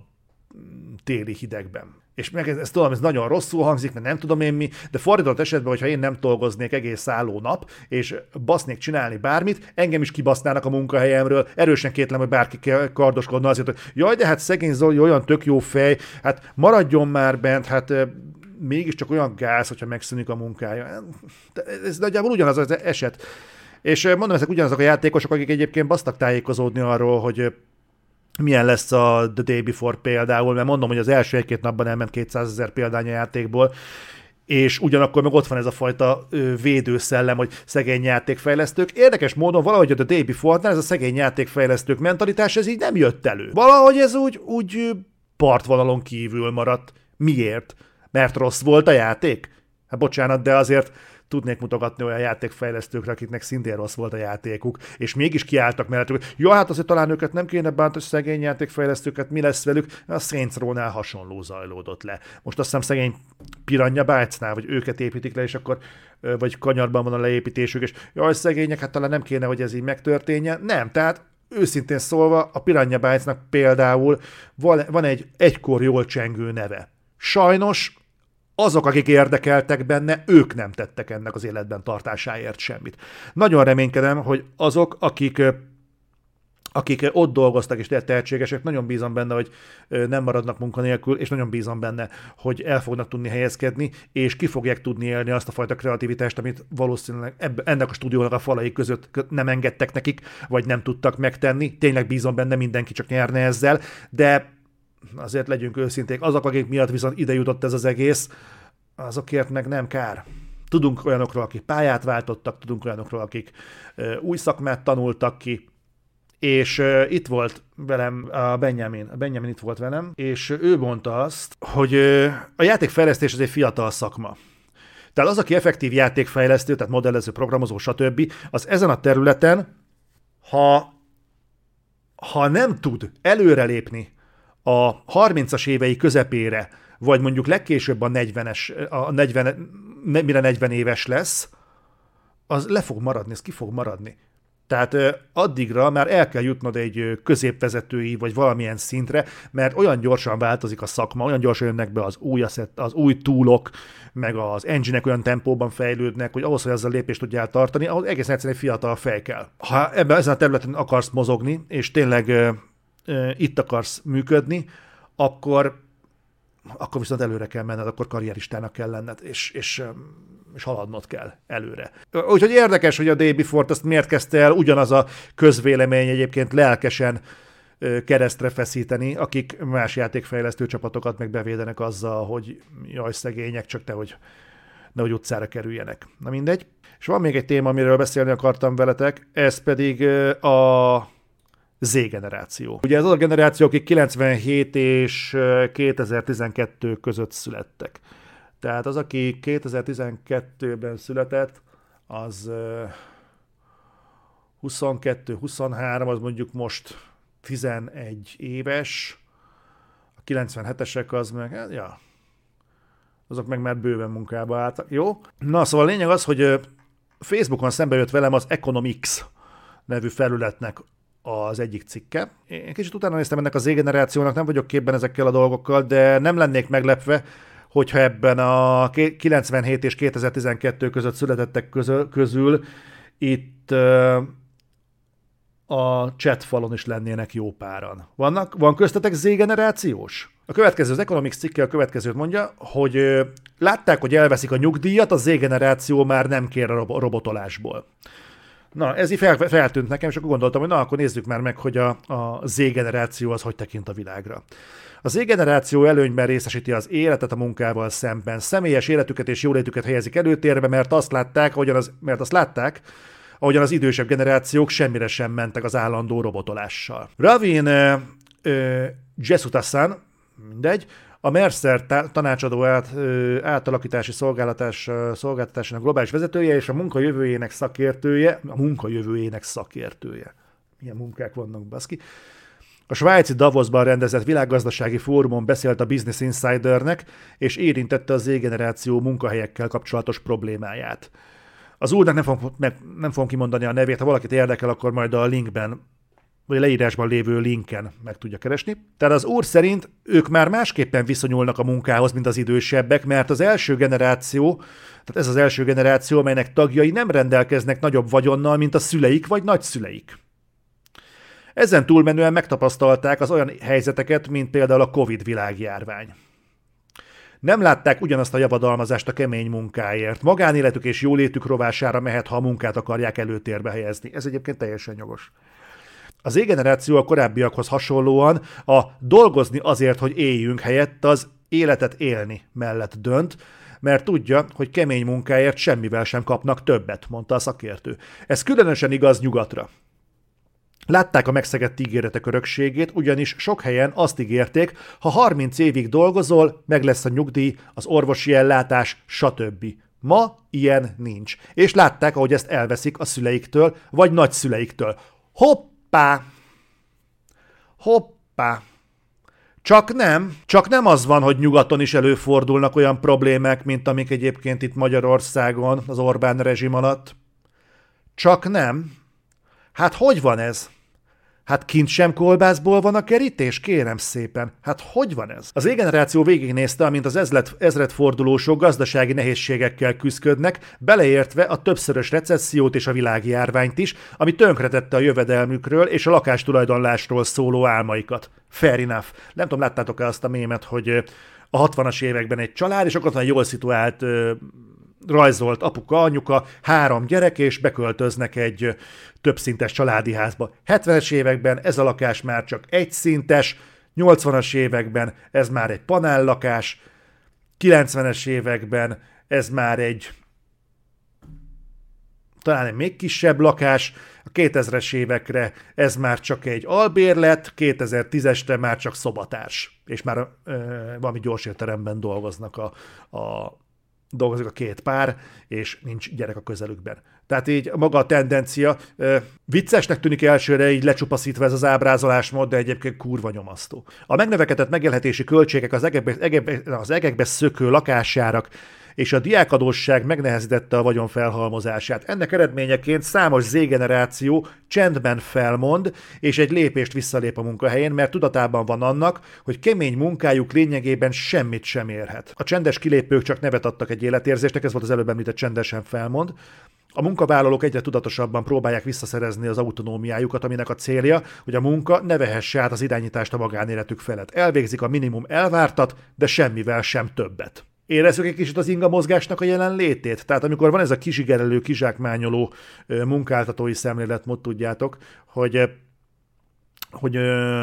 téli hidegben. És meg ez, ez tudom, ez nagyon rosszul hangzik, mert nem tudom én mi, de fordított esetben, hogyha én nem dolgoznék egész álló nap, és basznék csinálni bármit, engem is kibasznának a munkahelyemről, erősen kétlem, hogy bárki kardoskodna azért, hogy jaj, de hát szegény Zoli olyan tök jó fej, hát maradjon már bent, hát mégiscsak olyan gáz, hogyha megszűnik a munkája. Ez nagyjából ugyanaz az eset. És mondom, ezek ugyanazok a játékosok, akik egyébként basztak tájékozódni arról, hogy milyen lesz a The Day Before például, mert mondom, hogy az első egy-két napban elment kétszázezer példány a játékból, és ugyanakkor meg ott van ez a fajta védőszellem, hogy szegény játékfejlesztők. Érdekes módon valahogy a The Day Before-nál ez a szegény játékfejlesztők mentalitás, ez így nem jött elő. Valahogy ez úgy, úgy partvonalon kívül maradt. Miért? Mert rossz volt a játék? Hát bocsánat, de azért tudnék mutogatni olyan játékfejlesztőkre, akiknek szintén rossz volt a játékuk, és mégis kiálltak mellettük, hogy jó, hát azért talán őket nem kéne bántani, szegény játékfejlesztőket, mi lesz velük? A Saints Row-nál hasonló zajlódott le. Most azt hiszem szegény Piranha Bytes-nál, vagy őket építik le, és akkor, vagy kanyarban van a leépítésük, és jaj, szegények, hát talán nem kéne, hogy ez így megtörténjen. Nem, tehát őszintén szólva, a Piranha Bytes-nak például van egy egykor jól csengő neve. Sajnos azok, akik érdekeltek benne, ők nem tettek ennek az életben tartásáért semmit. Nagyon reménykedem, hogy azok, akik, akik ott dolgoztak és tehetségesek, nagyon bízom benne, hogy nem maradnak munkanélkül, és nagyon bízom benne, hogy el fognak tudni helyezkedni, és ki fogják tudni élni azt a fajta kreativitást, amit valószínűleg ebbe, ennek a stúdiónak a falai között nem engedtek nekik, vagy nem tudtak megtenni. Tényleg bízom benne, mindenki csak nyerne ezzel, de azért legyünk őszinték, azok, akik miatt viszont ide jutott ez az egész, azokért meg nem kár. Tudunk olyanokról, akik pályát váltottak, tudunk olyanokról, akik ö, új szakmát tanultak ki, és ö, itt volt velem a Benjamin, a Benjamin itt volt velem, és ő mondta azt, hogy ö, a játékfejlesztés az egy fiatal szakma. Tehát az, aki effektív játékfejlesztő, tehát modellező, programozó, stb., az ezen a területen, ha ha nem tud előrelépni a harmincas évei közepére, vagy mondjuk legkésőbb a negyvenes, a negyven, mire negyven éves lesz, az le fog maradni, ez ki fog maradni. Tehát addigra már el kell jutnod egy középvezetői vagy valamilyen szintre, mert olyan gyorsan változik a szakma, olyan gyorsan jönnek be az új, asset, az új túlok, meg az engine-ek olyan tempóban fejlődnek, hogy ahhoz, hogy ezzel lépést tudjál tartani, ahhoz egész egyszerűen egy fiatal fej kell. Ha ebben ezen a területen akarsz mozogni, és tényleg uh, uh, itt akarsz működni, akkor, akkor viszont előre kell menned, akkor karrieristának kell lenned, és, és és haladnod kell előre. Úgyhogy érdekes, hogy a Day Before-t azt miért kezdte el ugyanaz a közvélemény egyébként lelkesen keresztre feszíteni, akik más játékfejlesztő csapatokat meg bevédenek azzal, hogy jaj, szegények, csak te, hogy nehogy utcára kerüljenek. Na mindegy. És van még egy téma, amiről beszélni akartam veletek, ez pedig a Z-generáció. Ugye ez az a generáció, akik kilencvenhét és kétezer-tizenkettő között születtek. Tehát az, aki kétezer-tizenkettőben született, az huszonkettő huszonhárom, az mondjuk most tizenegy éves, a kilencvenhetesek az meg, ja, azok meg már bőven munkába álltak. Jó? Na, szóval a lényeg az, hogy Facebookon szembe jött velem az Economics nevű felületnek az egyik cikke. Én kicsit utána néztem ennek a Z-generációnak, nem vagyok képben ezekkel a dolgokkal, de nem lennék meglepve, hogyha ebben a kilencvenhét és kétezer-tizenkettő között születettek közül, közül itt uh, a chat falon is lennének jó páran. Vannak, van köztetek Z-generációs? A következő, az Economics cikke a következőt mondja, hogy uh, látták, hogy elveszik a nyugdíjat, a Z-generáció már nem kér a robotolásból. Na, ez így fel, feltűnt nekem, és akkor gondoltam, hogy na, akkor nézzük már meg, hogy a, a Z-generáció az hogy tekint a világra. A Z-generáció előnyben részesíti az életet a munkával szemben. Személyes életüket és jólétüket helyezik előtérbe, mert azt látták, ahogyan az, mert azt látták, ahogyan az idősebb generációk semmire sem mentek az állandó robotolással. Ravin uh, uh, Jesuta-san, mindegy, a Mercer tanácsadó át, uh, átalakítási szolgáltatás, uh, szolgáltatásának globális vezetője és a munkajövőjének szakértője, a munkajövőjének szakértője. Milyen munkák vannak, baszki. A svájci Davosban rendezett világgazdasági fórumon beszélt a Business Insidernek, és érintette a Z-generáció munkahelyekkel kapcsolatos problémáját. Az úrnak nem fogom, nem fogom kimondani a nevét, ha valakit érdekel, akkor majd a linkben, vagy a leírásban lévő linken meg tudja keresni. Tehát az úr szerint ők már másképpen viszonyulnak a munkához, mint az idősebbek, mert az első generáció, tehát ez az első generáció, amelynek tagjai nem rendelkeznek nagyobb vagyonnal, mint a szüleik vagy nagyszüleik. Ezen túlmenően megtapasztalták az olyan helyzeteket, mint például a Covid világjárvány. Nem látták ugyanazt a javadalmazást a kemény munkáért. Magánéletük és jólétük rovására mehet, ha a munkát akarják előtérbe helyezni. Ez egyébként teljesen jogos. Az Z-generáció a korábbiakhoz hasonlóan a dolgozni azért, hogy éljünk helyett az életet élni mellett dönt, mert tudja, hogy kemény munkáért semmivel sem kapnak többet, mondta a szakértő. Ez különösen igaz nyugatra. Látták a megszegett ígéretek örökségét, ugyanis sok helyen azt ígérték, ha harminc évig dolgozol, meg lesz a nyugdíj, az orvosi ellátás, stb. Ma ilyen nincs. És látták, ahogy ezt elveszik a szüleiktől, vagy nagyszüleiktől. Hoppá! Hoppá! Csak nem, csak nem az van, hogy nyugaton is előfordulnak olyan problémák, mint amik egyébként itt Magyarországon, az Orbán rezsim alatt. Csak nem. Hát hogy van ez? Hát kint sem kolbászból van a kerítés, kérem szépen. Hát hogy van ez? Az Z-generáció végignézte, amint az ezlet, ezredfordulósok gazdasági nehézségekkel küszködnek, beleértve a többszörös recessziót és a világjárványt is, ami tönkretette a jövedelmükről és a lakástulajdonlásról szóló álmaikat. Fair enough. Nem tudom, láttátok-e azt a mémet, hogy a hatvanas években egy család, és akkor jól szituált rajzolt apuka, anyuka, három gyerek, és beköltöznek egy többszintes családi házba. hetvenes években ez a lakás már csak egyszintes, nyolcvanas években ez már egy panellakkás, kilencvenes években ez már egy talán egy még kisebb lakás, a kétezres évekre ez már csak egy albérlet, kétezer-tízesre már csak szobatárs, és már ö, valami gyors értelemben dolgoznak a, a dolgozik a két pár, és nincs gyerek a közelükben. Tehát így maga a tendencia, viccesnek tűnik elsőre, így lecsupaszítva ez az ábrázolásmód, de egyébként kurva nyomasztó. A megnövekedett megélhetési költségek, az egekbe, egekbe, az egekbe szökő lakásjárak és a diákadósság megnehezítette a vagyon felhalmozását. Ennek eredményeként számos Z-generáció csendben felmond, és egy lépést visszalép a munkahelyén, mert tudatában van annak, hogy kemény munkájuk lényegében semmit sem érhet. A csendes kilépők csak nevet adtak egy életérzésnek, ez volt az előbb említett csendesen felmond. A munkavállalók egyre tudatosabban próbálják visszaszerezni az autonómiájukat, aminek a célja, hogy a munka ne vehesse át az irányítást a magánéletük felett. Elvégzik a minimum elvártat, de semmivel sem többet. Érezzük egy kicsit az inga mozgásnak a jelenlétét? Tehát amikor van ez a kizsigerelő, kizsákmányoló munkáltatói szemléletmód, tudjátok, hogy, hogy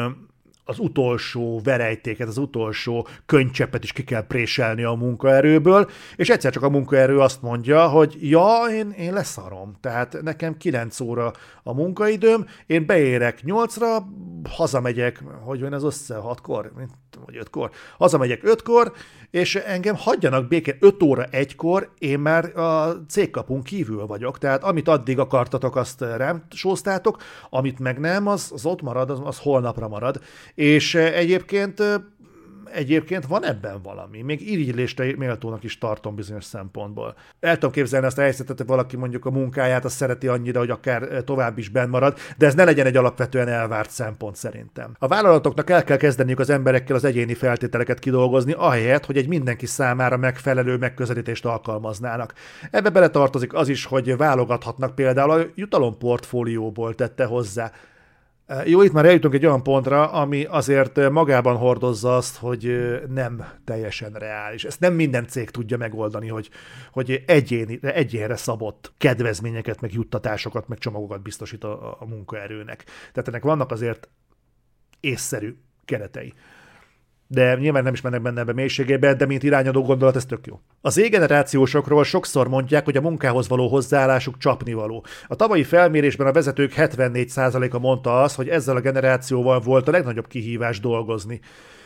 az utolsó verejtéket, az utolsó könycseppet is ki kell préselni a munkaerőből, és egyszer csak a munkaerő azt mondja, hogy ja, én, én leszarom, tehát nekem kilenc óra a munkaidőm, én beérek nyolcra, hazamegyek, hogy van ez össze, hatkor, vagy ötkor, hazamegyek ötkor, és engem hagyjanak békén öt óra egykor, én már a cégkapun kívül vagyok, tehát amit addig akartatok, azt rám sóztátok, amit meg nem, az, az ott marad, az, az holnapra marad, és egyébként Egyébként van ebben valami, még irigylésre méltónak is tartom bizonyos szempontból. El tudom képzelni azt a helyzetet, hogy valaki mondjuk a munkáját azt szereti annyira, hogy akár tovább is benn marad, de ez ne legyen egy alapvetően elvárt szempont szerintem. A vállalatoknak el kell kezdeniük az emberekkel az egyéni feltételeket kidolgozni, ahelyett, hogy egy mindenki számára megfelelő megközelítést alkalmaznának. Ebbe beletartozik az is, hogy válogathatnak, például a jutalomportfólióból tette hozzá. Jó, itt már eljutunk egy olyan pontra, ami azért magában hordozza azt, hogy nem teljesen reális. Ezt nem minden cég tudja megoldani, hogy, hogy egyéni, egyénre szabott kedvezményeket, meg juttatásokat, meg csomagokat biztosít a, a munkaerőnek. Tehát ennek vannak azért észszerű keretei. De nyilván nem is mennek benne ebbe mélységébe, de mint irányadó gondolat, ez tök jó. Az Z-generációsokról sokszor mondják, hogy a munkához való hozzáállásuk csapnivaló. A tavalyi felmérésben a vezetők hetvennégy százaléka mondta azt, hogy ezzel a generációval volt a legnagyobb kihívás dolgozni.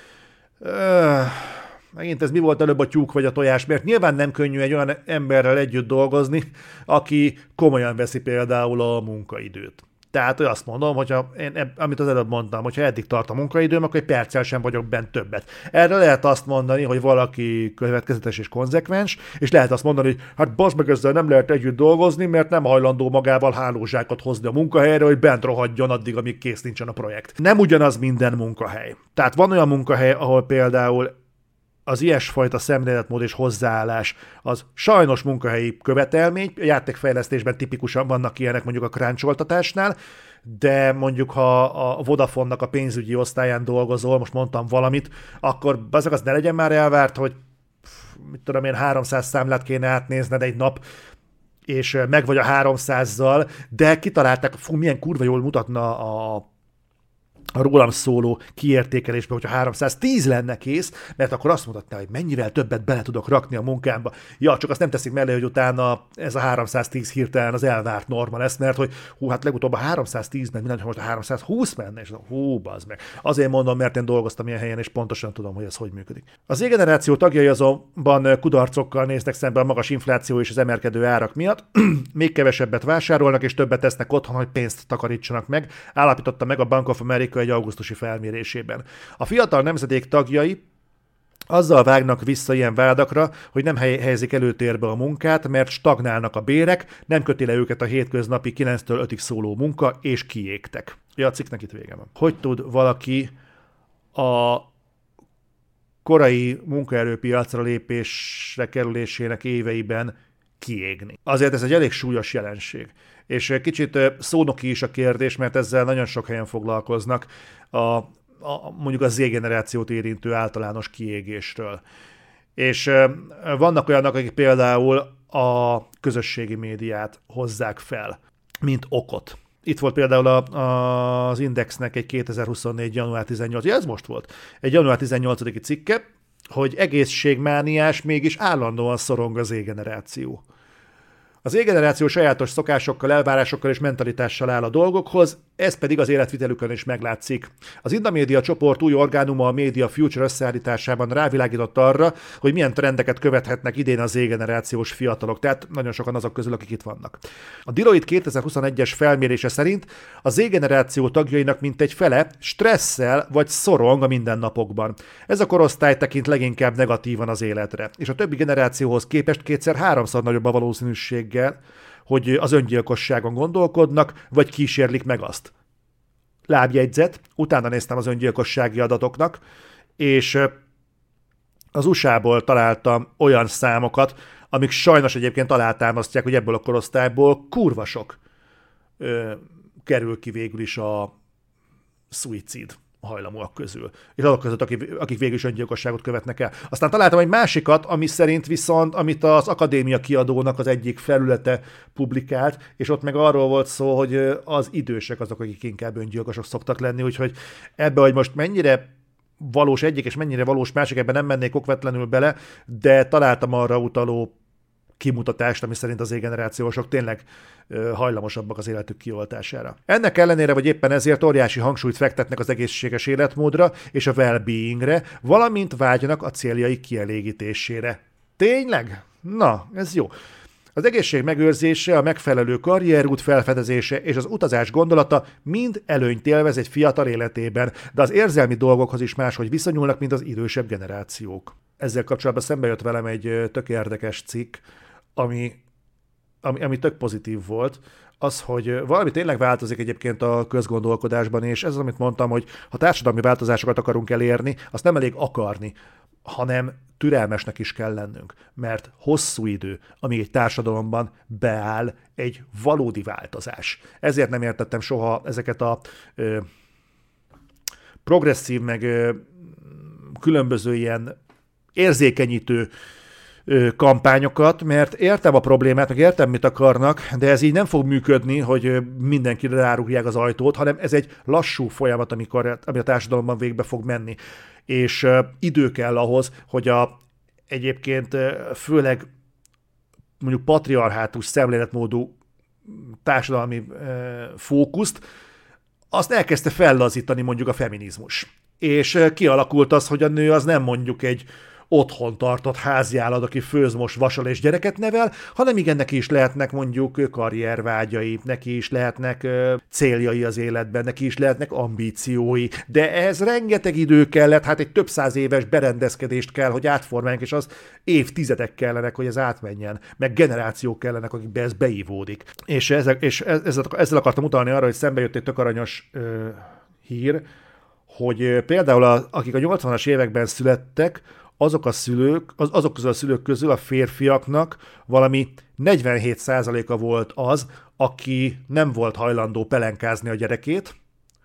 Öh, megint ez mi volt előbb, a tyúk vagy a tojás, mert nyilván nem könnyű egy olyan emberrel együtt dolgozni, aki komolyan veszi például a munkaidőt. Tehát azt mondom, hogyha én, amit az előbb mondtam, hogyha eddig tart a munkaidőm, akkor egy perccel sem vagyok bent többet. Erre lehet azt mondani, hogy valaki következetes és konzekvens, és lehet azt mondani, hogy hát bazd meg, ezzel nem lehet együtt dolgozni, mert nem hajlandó magával hálózsákot hozni a munkahelyre, hogy bent rohadjon addig, amíg kész nincsen a projekt. Nem ugyanaz minden munkahely. Tehát van olyan munkahely, ahol például az ilyesfajta szemléletmód és hozzáállás az sajnos munkahelyi követelmény, játékfejlesztésben tipikusan vannak ilyenek mondjuk a cruncholtatásnál, de mondjuk ha a Vodafone-nak a pénzügyi osztályán dolgozol, most mondtam valamit, akkor azok az ne legyen már elvárt, hogy mit tudom én, háromszáz számlát kéne átnézned egy nap, és meg vagy a háromszázzal, de kitalálták, fú, milyen kurva jól mutatna a a rólam szóló kiértékelésben, hogyha háromszáztíz lenne kész, mert akkor azt mutatná, hogy mennyivel többet bele tudok rakni a munkámba. Ja, csak azt nem teszik mellé, hogy utána ez a háromszáztíz hirtelen az elvárt norma lesz, mert hogy hú, hát legutóbb a háromszáztíz, meg minden, most a háromszázhúsz menne, és hú, bazd meg. Azért mondom, mert én dolgoztam ilyen helyen, és pontosan tudom, hogy ez hogy működik. Az Z-generáció tagjai azonban kudarcokkal néznek szembe a magas infláció és az emelkedő árak miatt, még kevesebbet vásárolnak, és többet tesznek otthon, hogy pénzt takarítsanak meg, állapította meg a Bank of America egy augusztusi felmérésében. A fiatal nemzedék tagjai azzal vágnak vissza ilyen vádakra, hogy nem helyezik előtérbe a munkát, mert stagnálnak a bérek, nem köti le őket a hétköznapi kilenctől ötig szóló munka, és kiégtek. Ja, a cikknek itt vége van. Hogy tud valaki a korai munkaerőpiacra lépésre kerülésének éveiben kiégni? Azért ez egy elég súlyos jelenség. És kicsit szónoki is a kérdés, mert ezzel nagyon sok helyen foglalkoznak a, a, mondjuk a Z-generációt érintő általános kiégésről. És vannak olyanok, akik például a közösségi médiát hozzák fel, mint okot. Itt volt például a, az Indexnek egy kétezer-huszonnégy. január tizennyolcadika, ez most volt, egy január tizennyolcadiki cikke, hogy egészségmániás, mégis állandóan szorong a Z-generáció. Az Z-generáció sajátos szokásokkal, elvárásokkal és mentalitással áll a dolgokhoz, ez pedig az életvitelükön is meglátszik. Az Indamédia csoport új orgánuma, a Media Future összeállításában rávilágított arra, hogy milyen trendeket követhetnek idén a Z-generációs fiatalok, tehát nagyon sokan azok közül, akik itt vannak. A Deloitte kétezer-huszonegyes felmérése szerint a Z-generáció tagjainak mintegy fele stresszel vagy szorong a mindennapokban. Ez a korosztály tekint leginkább negatívan az életre, és a többi generációhoz képest kétszer-háromszor nagyobb a valószínűséggel, hogy az öngyilkosságon gondolkodnak, vagy kísérlik meg azt. Lábjegyzet, utána néztem az öngyilkossági adatoknak, és az u es á-ból találtam olyan számokat, amik sajnos egyébként alátámasztják, hogy ebből a korosztályból kurva sok ö, kerül ki végül is a szuicid hajlamúak közül, és azok között, akik, akik végül is öngyilkosságot követnek el. Aztán találtam egy másikat, ami szerint viszont, amit az akadémia kiadónak az egyik felülete publikált, és ott meg arról volt szó, hogy az idősek azok, akik inkább öngyilkosok szoktak lenni, úgyhogy ebbe, hogy most mennyire valós egyik, és mennyire valós másik, ebben nem mennék okvetlenül bele, de találtam arra utaló kimutatást, ami szerint az Z-generációsok tényleg ö, hajlamosabbak az életük kioltására. Ennek ellenére, vagy éppen ezért óriási hangsúlyt fektetnek az egészséges életmódra és a well-beingre, valamint vágynak a céljaik kielégítésére. Tényleg? Na, ez jó. Az egészség megőrzése, a megfelelő karrierút felfedezése és az utazás gondolata mind előnyt élvez egy fiatal életében, de az érzelmi dolgokhoz is máshogy viszonyulnak, mint az idősebb generációk. Ezzel kapcsolatban szembe jött velem egy tök érdekes cikk, ami, ami, ami tök pozitív volt, az, hogy valami tényleg változik egyébként a közgondolkodásban, és ez az, amit mondtam, hogy ha társadalmi változásokat akarunk elérni, azt nem elég akarni, hanem türelmesnek is kell lennünk, mert hosszú idő, amíg egy társadalomban beáll egy valódi változás. Ezért nem értettem soha ezeket a ö, progresszív, meg ö, különböző ilyen érzékenyítő ö, kampányokat, mert értem a problémát, meg értem, mit akarnak, de ez így nem fog működni, hogy mindenkire rárúgják az ajtót, hanem ez egy lassú folyamat, amikor, ami a társadalomban végbe fog menni. És uh, idő kell ahhoz, hogy a egyébként uh, főleg mondjuk patriarhátus szemléletmódú társadalmi uh, fókuszt, azt elkezdte fellazítani mondjuk a feminizmus. És uh, kialakult az, hogy a nő az nem mondjuk egy otthon tartott háziállat, aki főz, most, vasal és gyereket nevel, hanem igen, neki is lehetnek mondjuk karriervágyai, neki is lehetnek ö, céljai az életben, neki is lehetnek ambíciói, de ehhez rengeteg idő kellett, hát egy több száz éves berendezkedést kell, hogy átformáljunk, és az évtizedek kellenek, hogy ez átmenjen, meg generációk kellenek, akikbe ez beívódik. És, ezzel, és ezzel, ezzel akartam utalni arra, hogy szembe jött egy tök aranyos ö, hír, hogy például a, akik a nyolcvanas években születtek, azok a szülők, az, azok közül a szülők közül a férfiaknak valami negyvenhét százaléka volt az, aki nem volt hajlandó pelenkázni a gyerekét,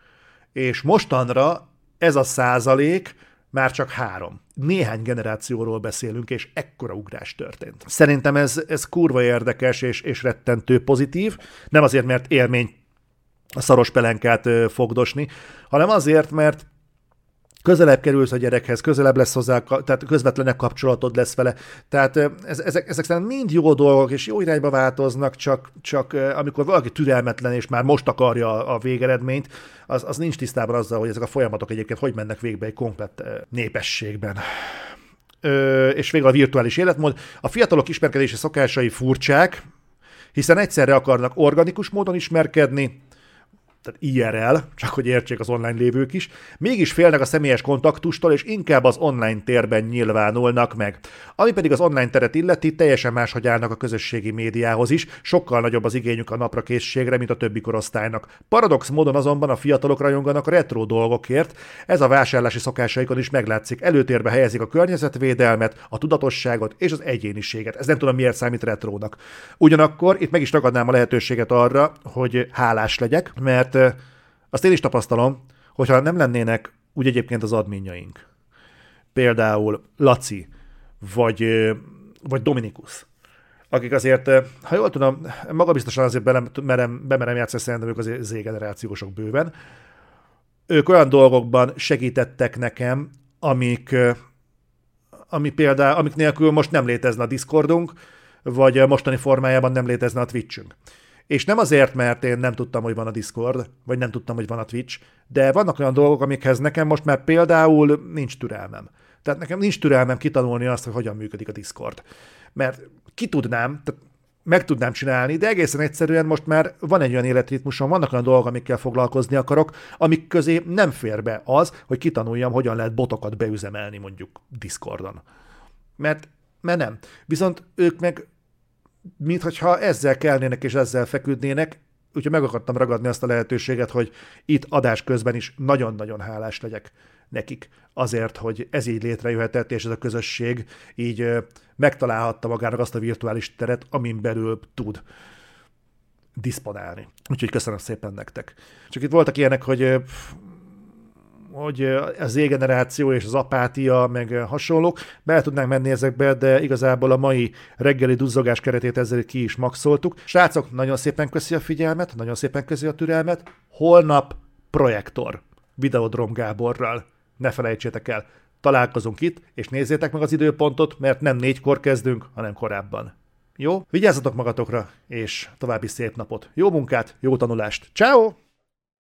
és mostanra ez a százalék már csak három. Néhány generációról beszélünk, és ekkora ugrás történt. Szerintem ez, ez kurva érdekes és, és rettentő pozitív, nem azért, mert élmény a szaros pelenkát ö, fogdosni, hanem azért, mert közelebb kerülsz a gyerekhez, közelebb lesz hozzá, tehát közvetlenek kapcsolatod lesz vele. Tehát ez, ezek, ezek szerintem mind jó dolgok, és jó irányba változnak, csak, csak amikor valaki türelmetlen, és már most akarja a végeredményt, az, az nincs tisztában azzal, hogy ezek a folyamatok egyébként hogy mennek végbe egy komplett népességben. Ö, és végül a virtuális életmód. A fiatalok ismerkedési szokásai furcsák, hiszen egyszerre akarnak organikus módon ismerkedni, tehát i er el, csak hogy értsék az online lévők is, mégis félnek a személyes kontaktustól, és inkább az online térben nyilvánulnak meg. Ami pedig az online teret illeti, teljesen máshogy állnak a közösségi médiához is, sokkal nagyobb az igényük a naprakészségre, mint a többi korosztálynak. Paradox módon azonban a fiatalok rajonganak a retro dolgokért, ez a vásárlási szokásaikon is meglátszik, előtérbe helyezik a környezetvédelmet, a tudatosságot és az egyéniséget. Ez nem tudom, miért számít retrónak. Ugyanakkor itt meg is ragadnám a lehetőséget arra, hogy hálás legyek, mert azt én is tapasztalom, hogyha nem lennének úgy egyébként az adminjaink, például Laci, vagy, vagy Dominikus, akik azért, ha jól tudom, magabiztosan azért bemerem, bemerem játszani, szerintem ők az Z-generációsok bőven, ők olyan dolgokban segítettek nekem, amik, ami például, amik nélkül most nem létezne a Discordunk, vagy a mostani formájában nem létezne a Twitchünk. És nem azért, mert én nem tudtam, hogy van a Discord, vagy nem tudtam, hogy van a Twitch, de vannak olyan dolgok, amikhez nekem most már például nincs türelmem. Tehát nekem nincs türelmem kitanulni azt, hogy hogyan működik a Discord. Mert ki tudnám, tehát meg tudnám csinálni, de egészen egyszerűen most már van egy olyan életritmusom, vannak olyan dolgok, amikkel foglalkozni akarok, amik közé nem fér be az, hogy kitanuljam, hogyan lehet botokat beüzemelni mondjuk Discordon. Mert, mert nem. Viszont ők meg, mintha ezzel kelnének és ezzel feküdnének, úgyhogy meg akartam ragadni azt a lehetőséget, hogy itt adás közben is nagyon-nagyon hálás legyek nekik azért, hogy ez így létrejöhetett, és ez a közösség így megtalálhatta magának azt a virtuális teret, amin belül tud diszponálni. Úgyhogy köszönöm szépen nektek. Csak itt voltak ilyenek, hogy hogy a Z-generáció és az apátia, meg hasonlók, bele tudnánk menni ezekbe, de igazából a mai reggeli duzzogás keretét ezzel ki is maxoltuk. Srácok, nagyon szépen köszi a figyelmet, nagyon szépen köszi a türelmet. Holnap projektor Videodrom Gáborral. Ne felejtsétek el, találkozunk itt, és nézzétek meg az időpontot, mert nem négykor kezdünk, hanem korábban. Jó? Vigyázzatok magatokra, és további szép napot. Jó munkát, jó tanulást. Ciao.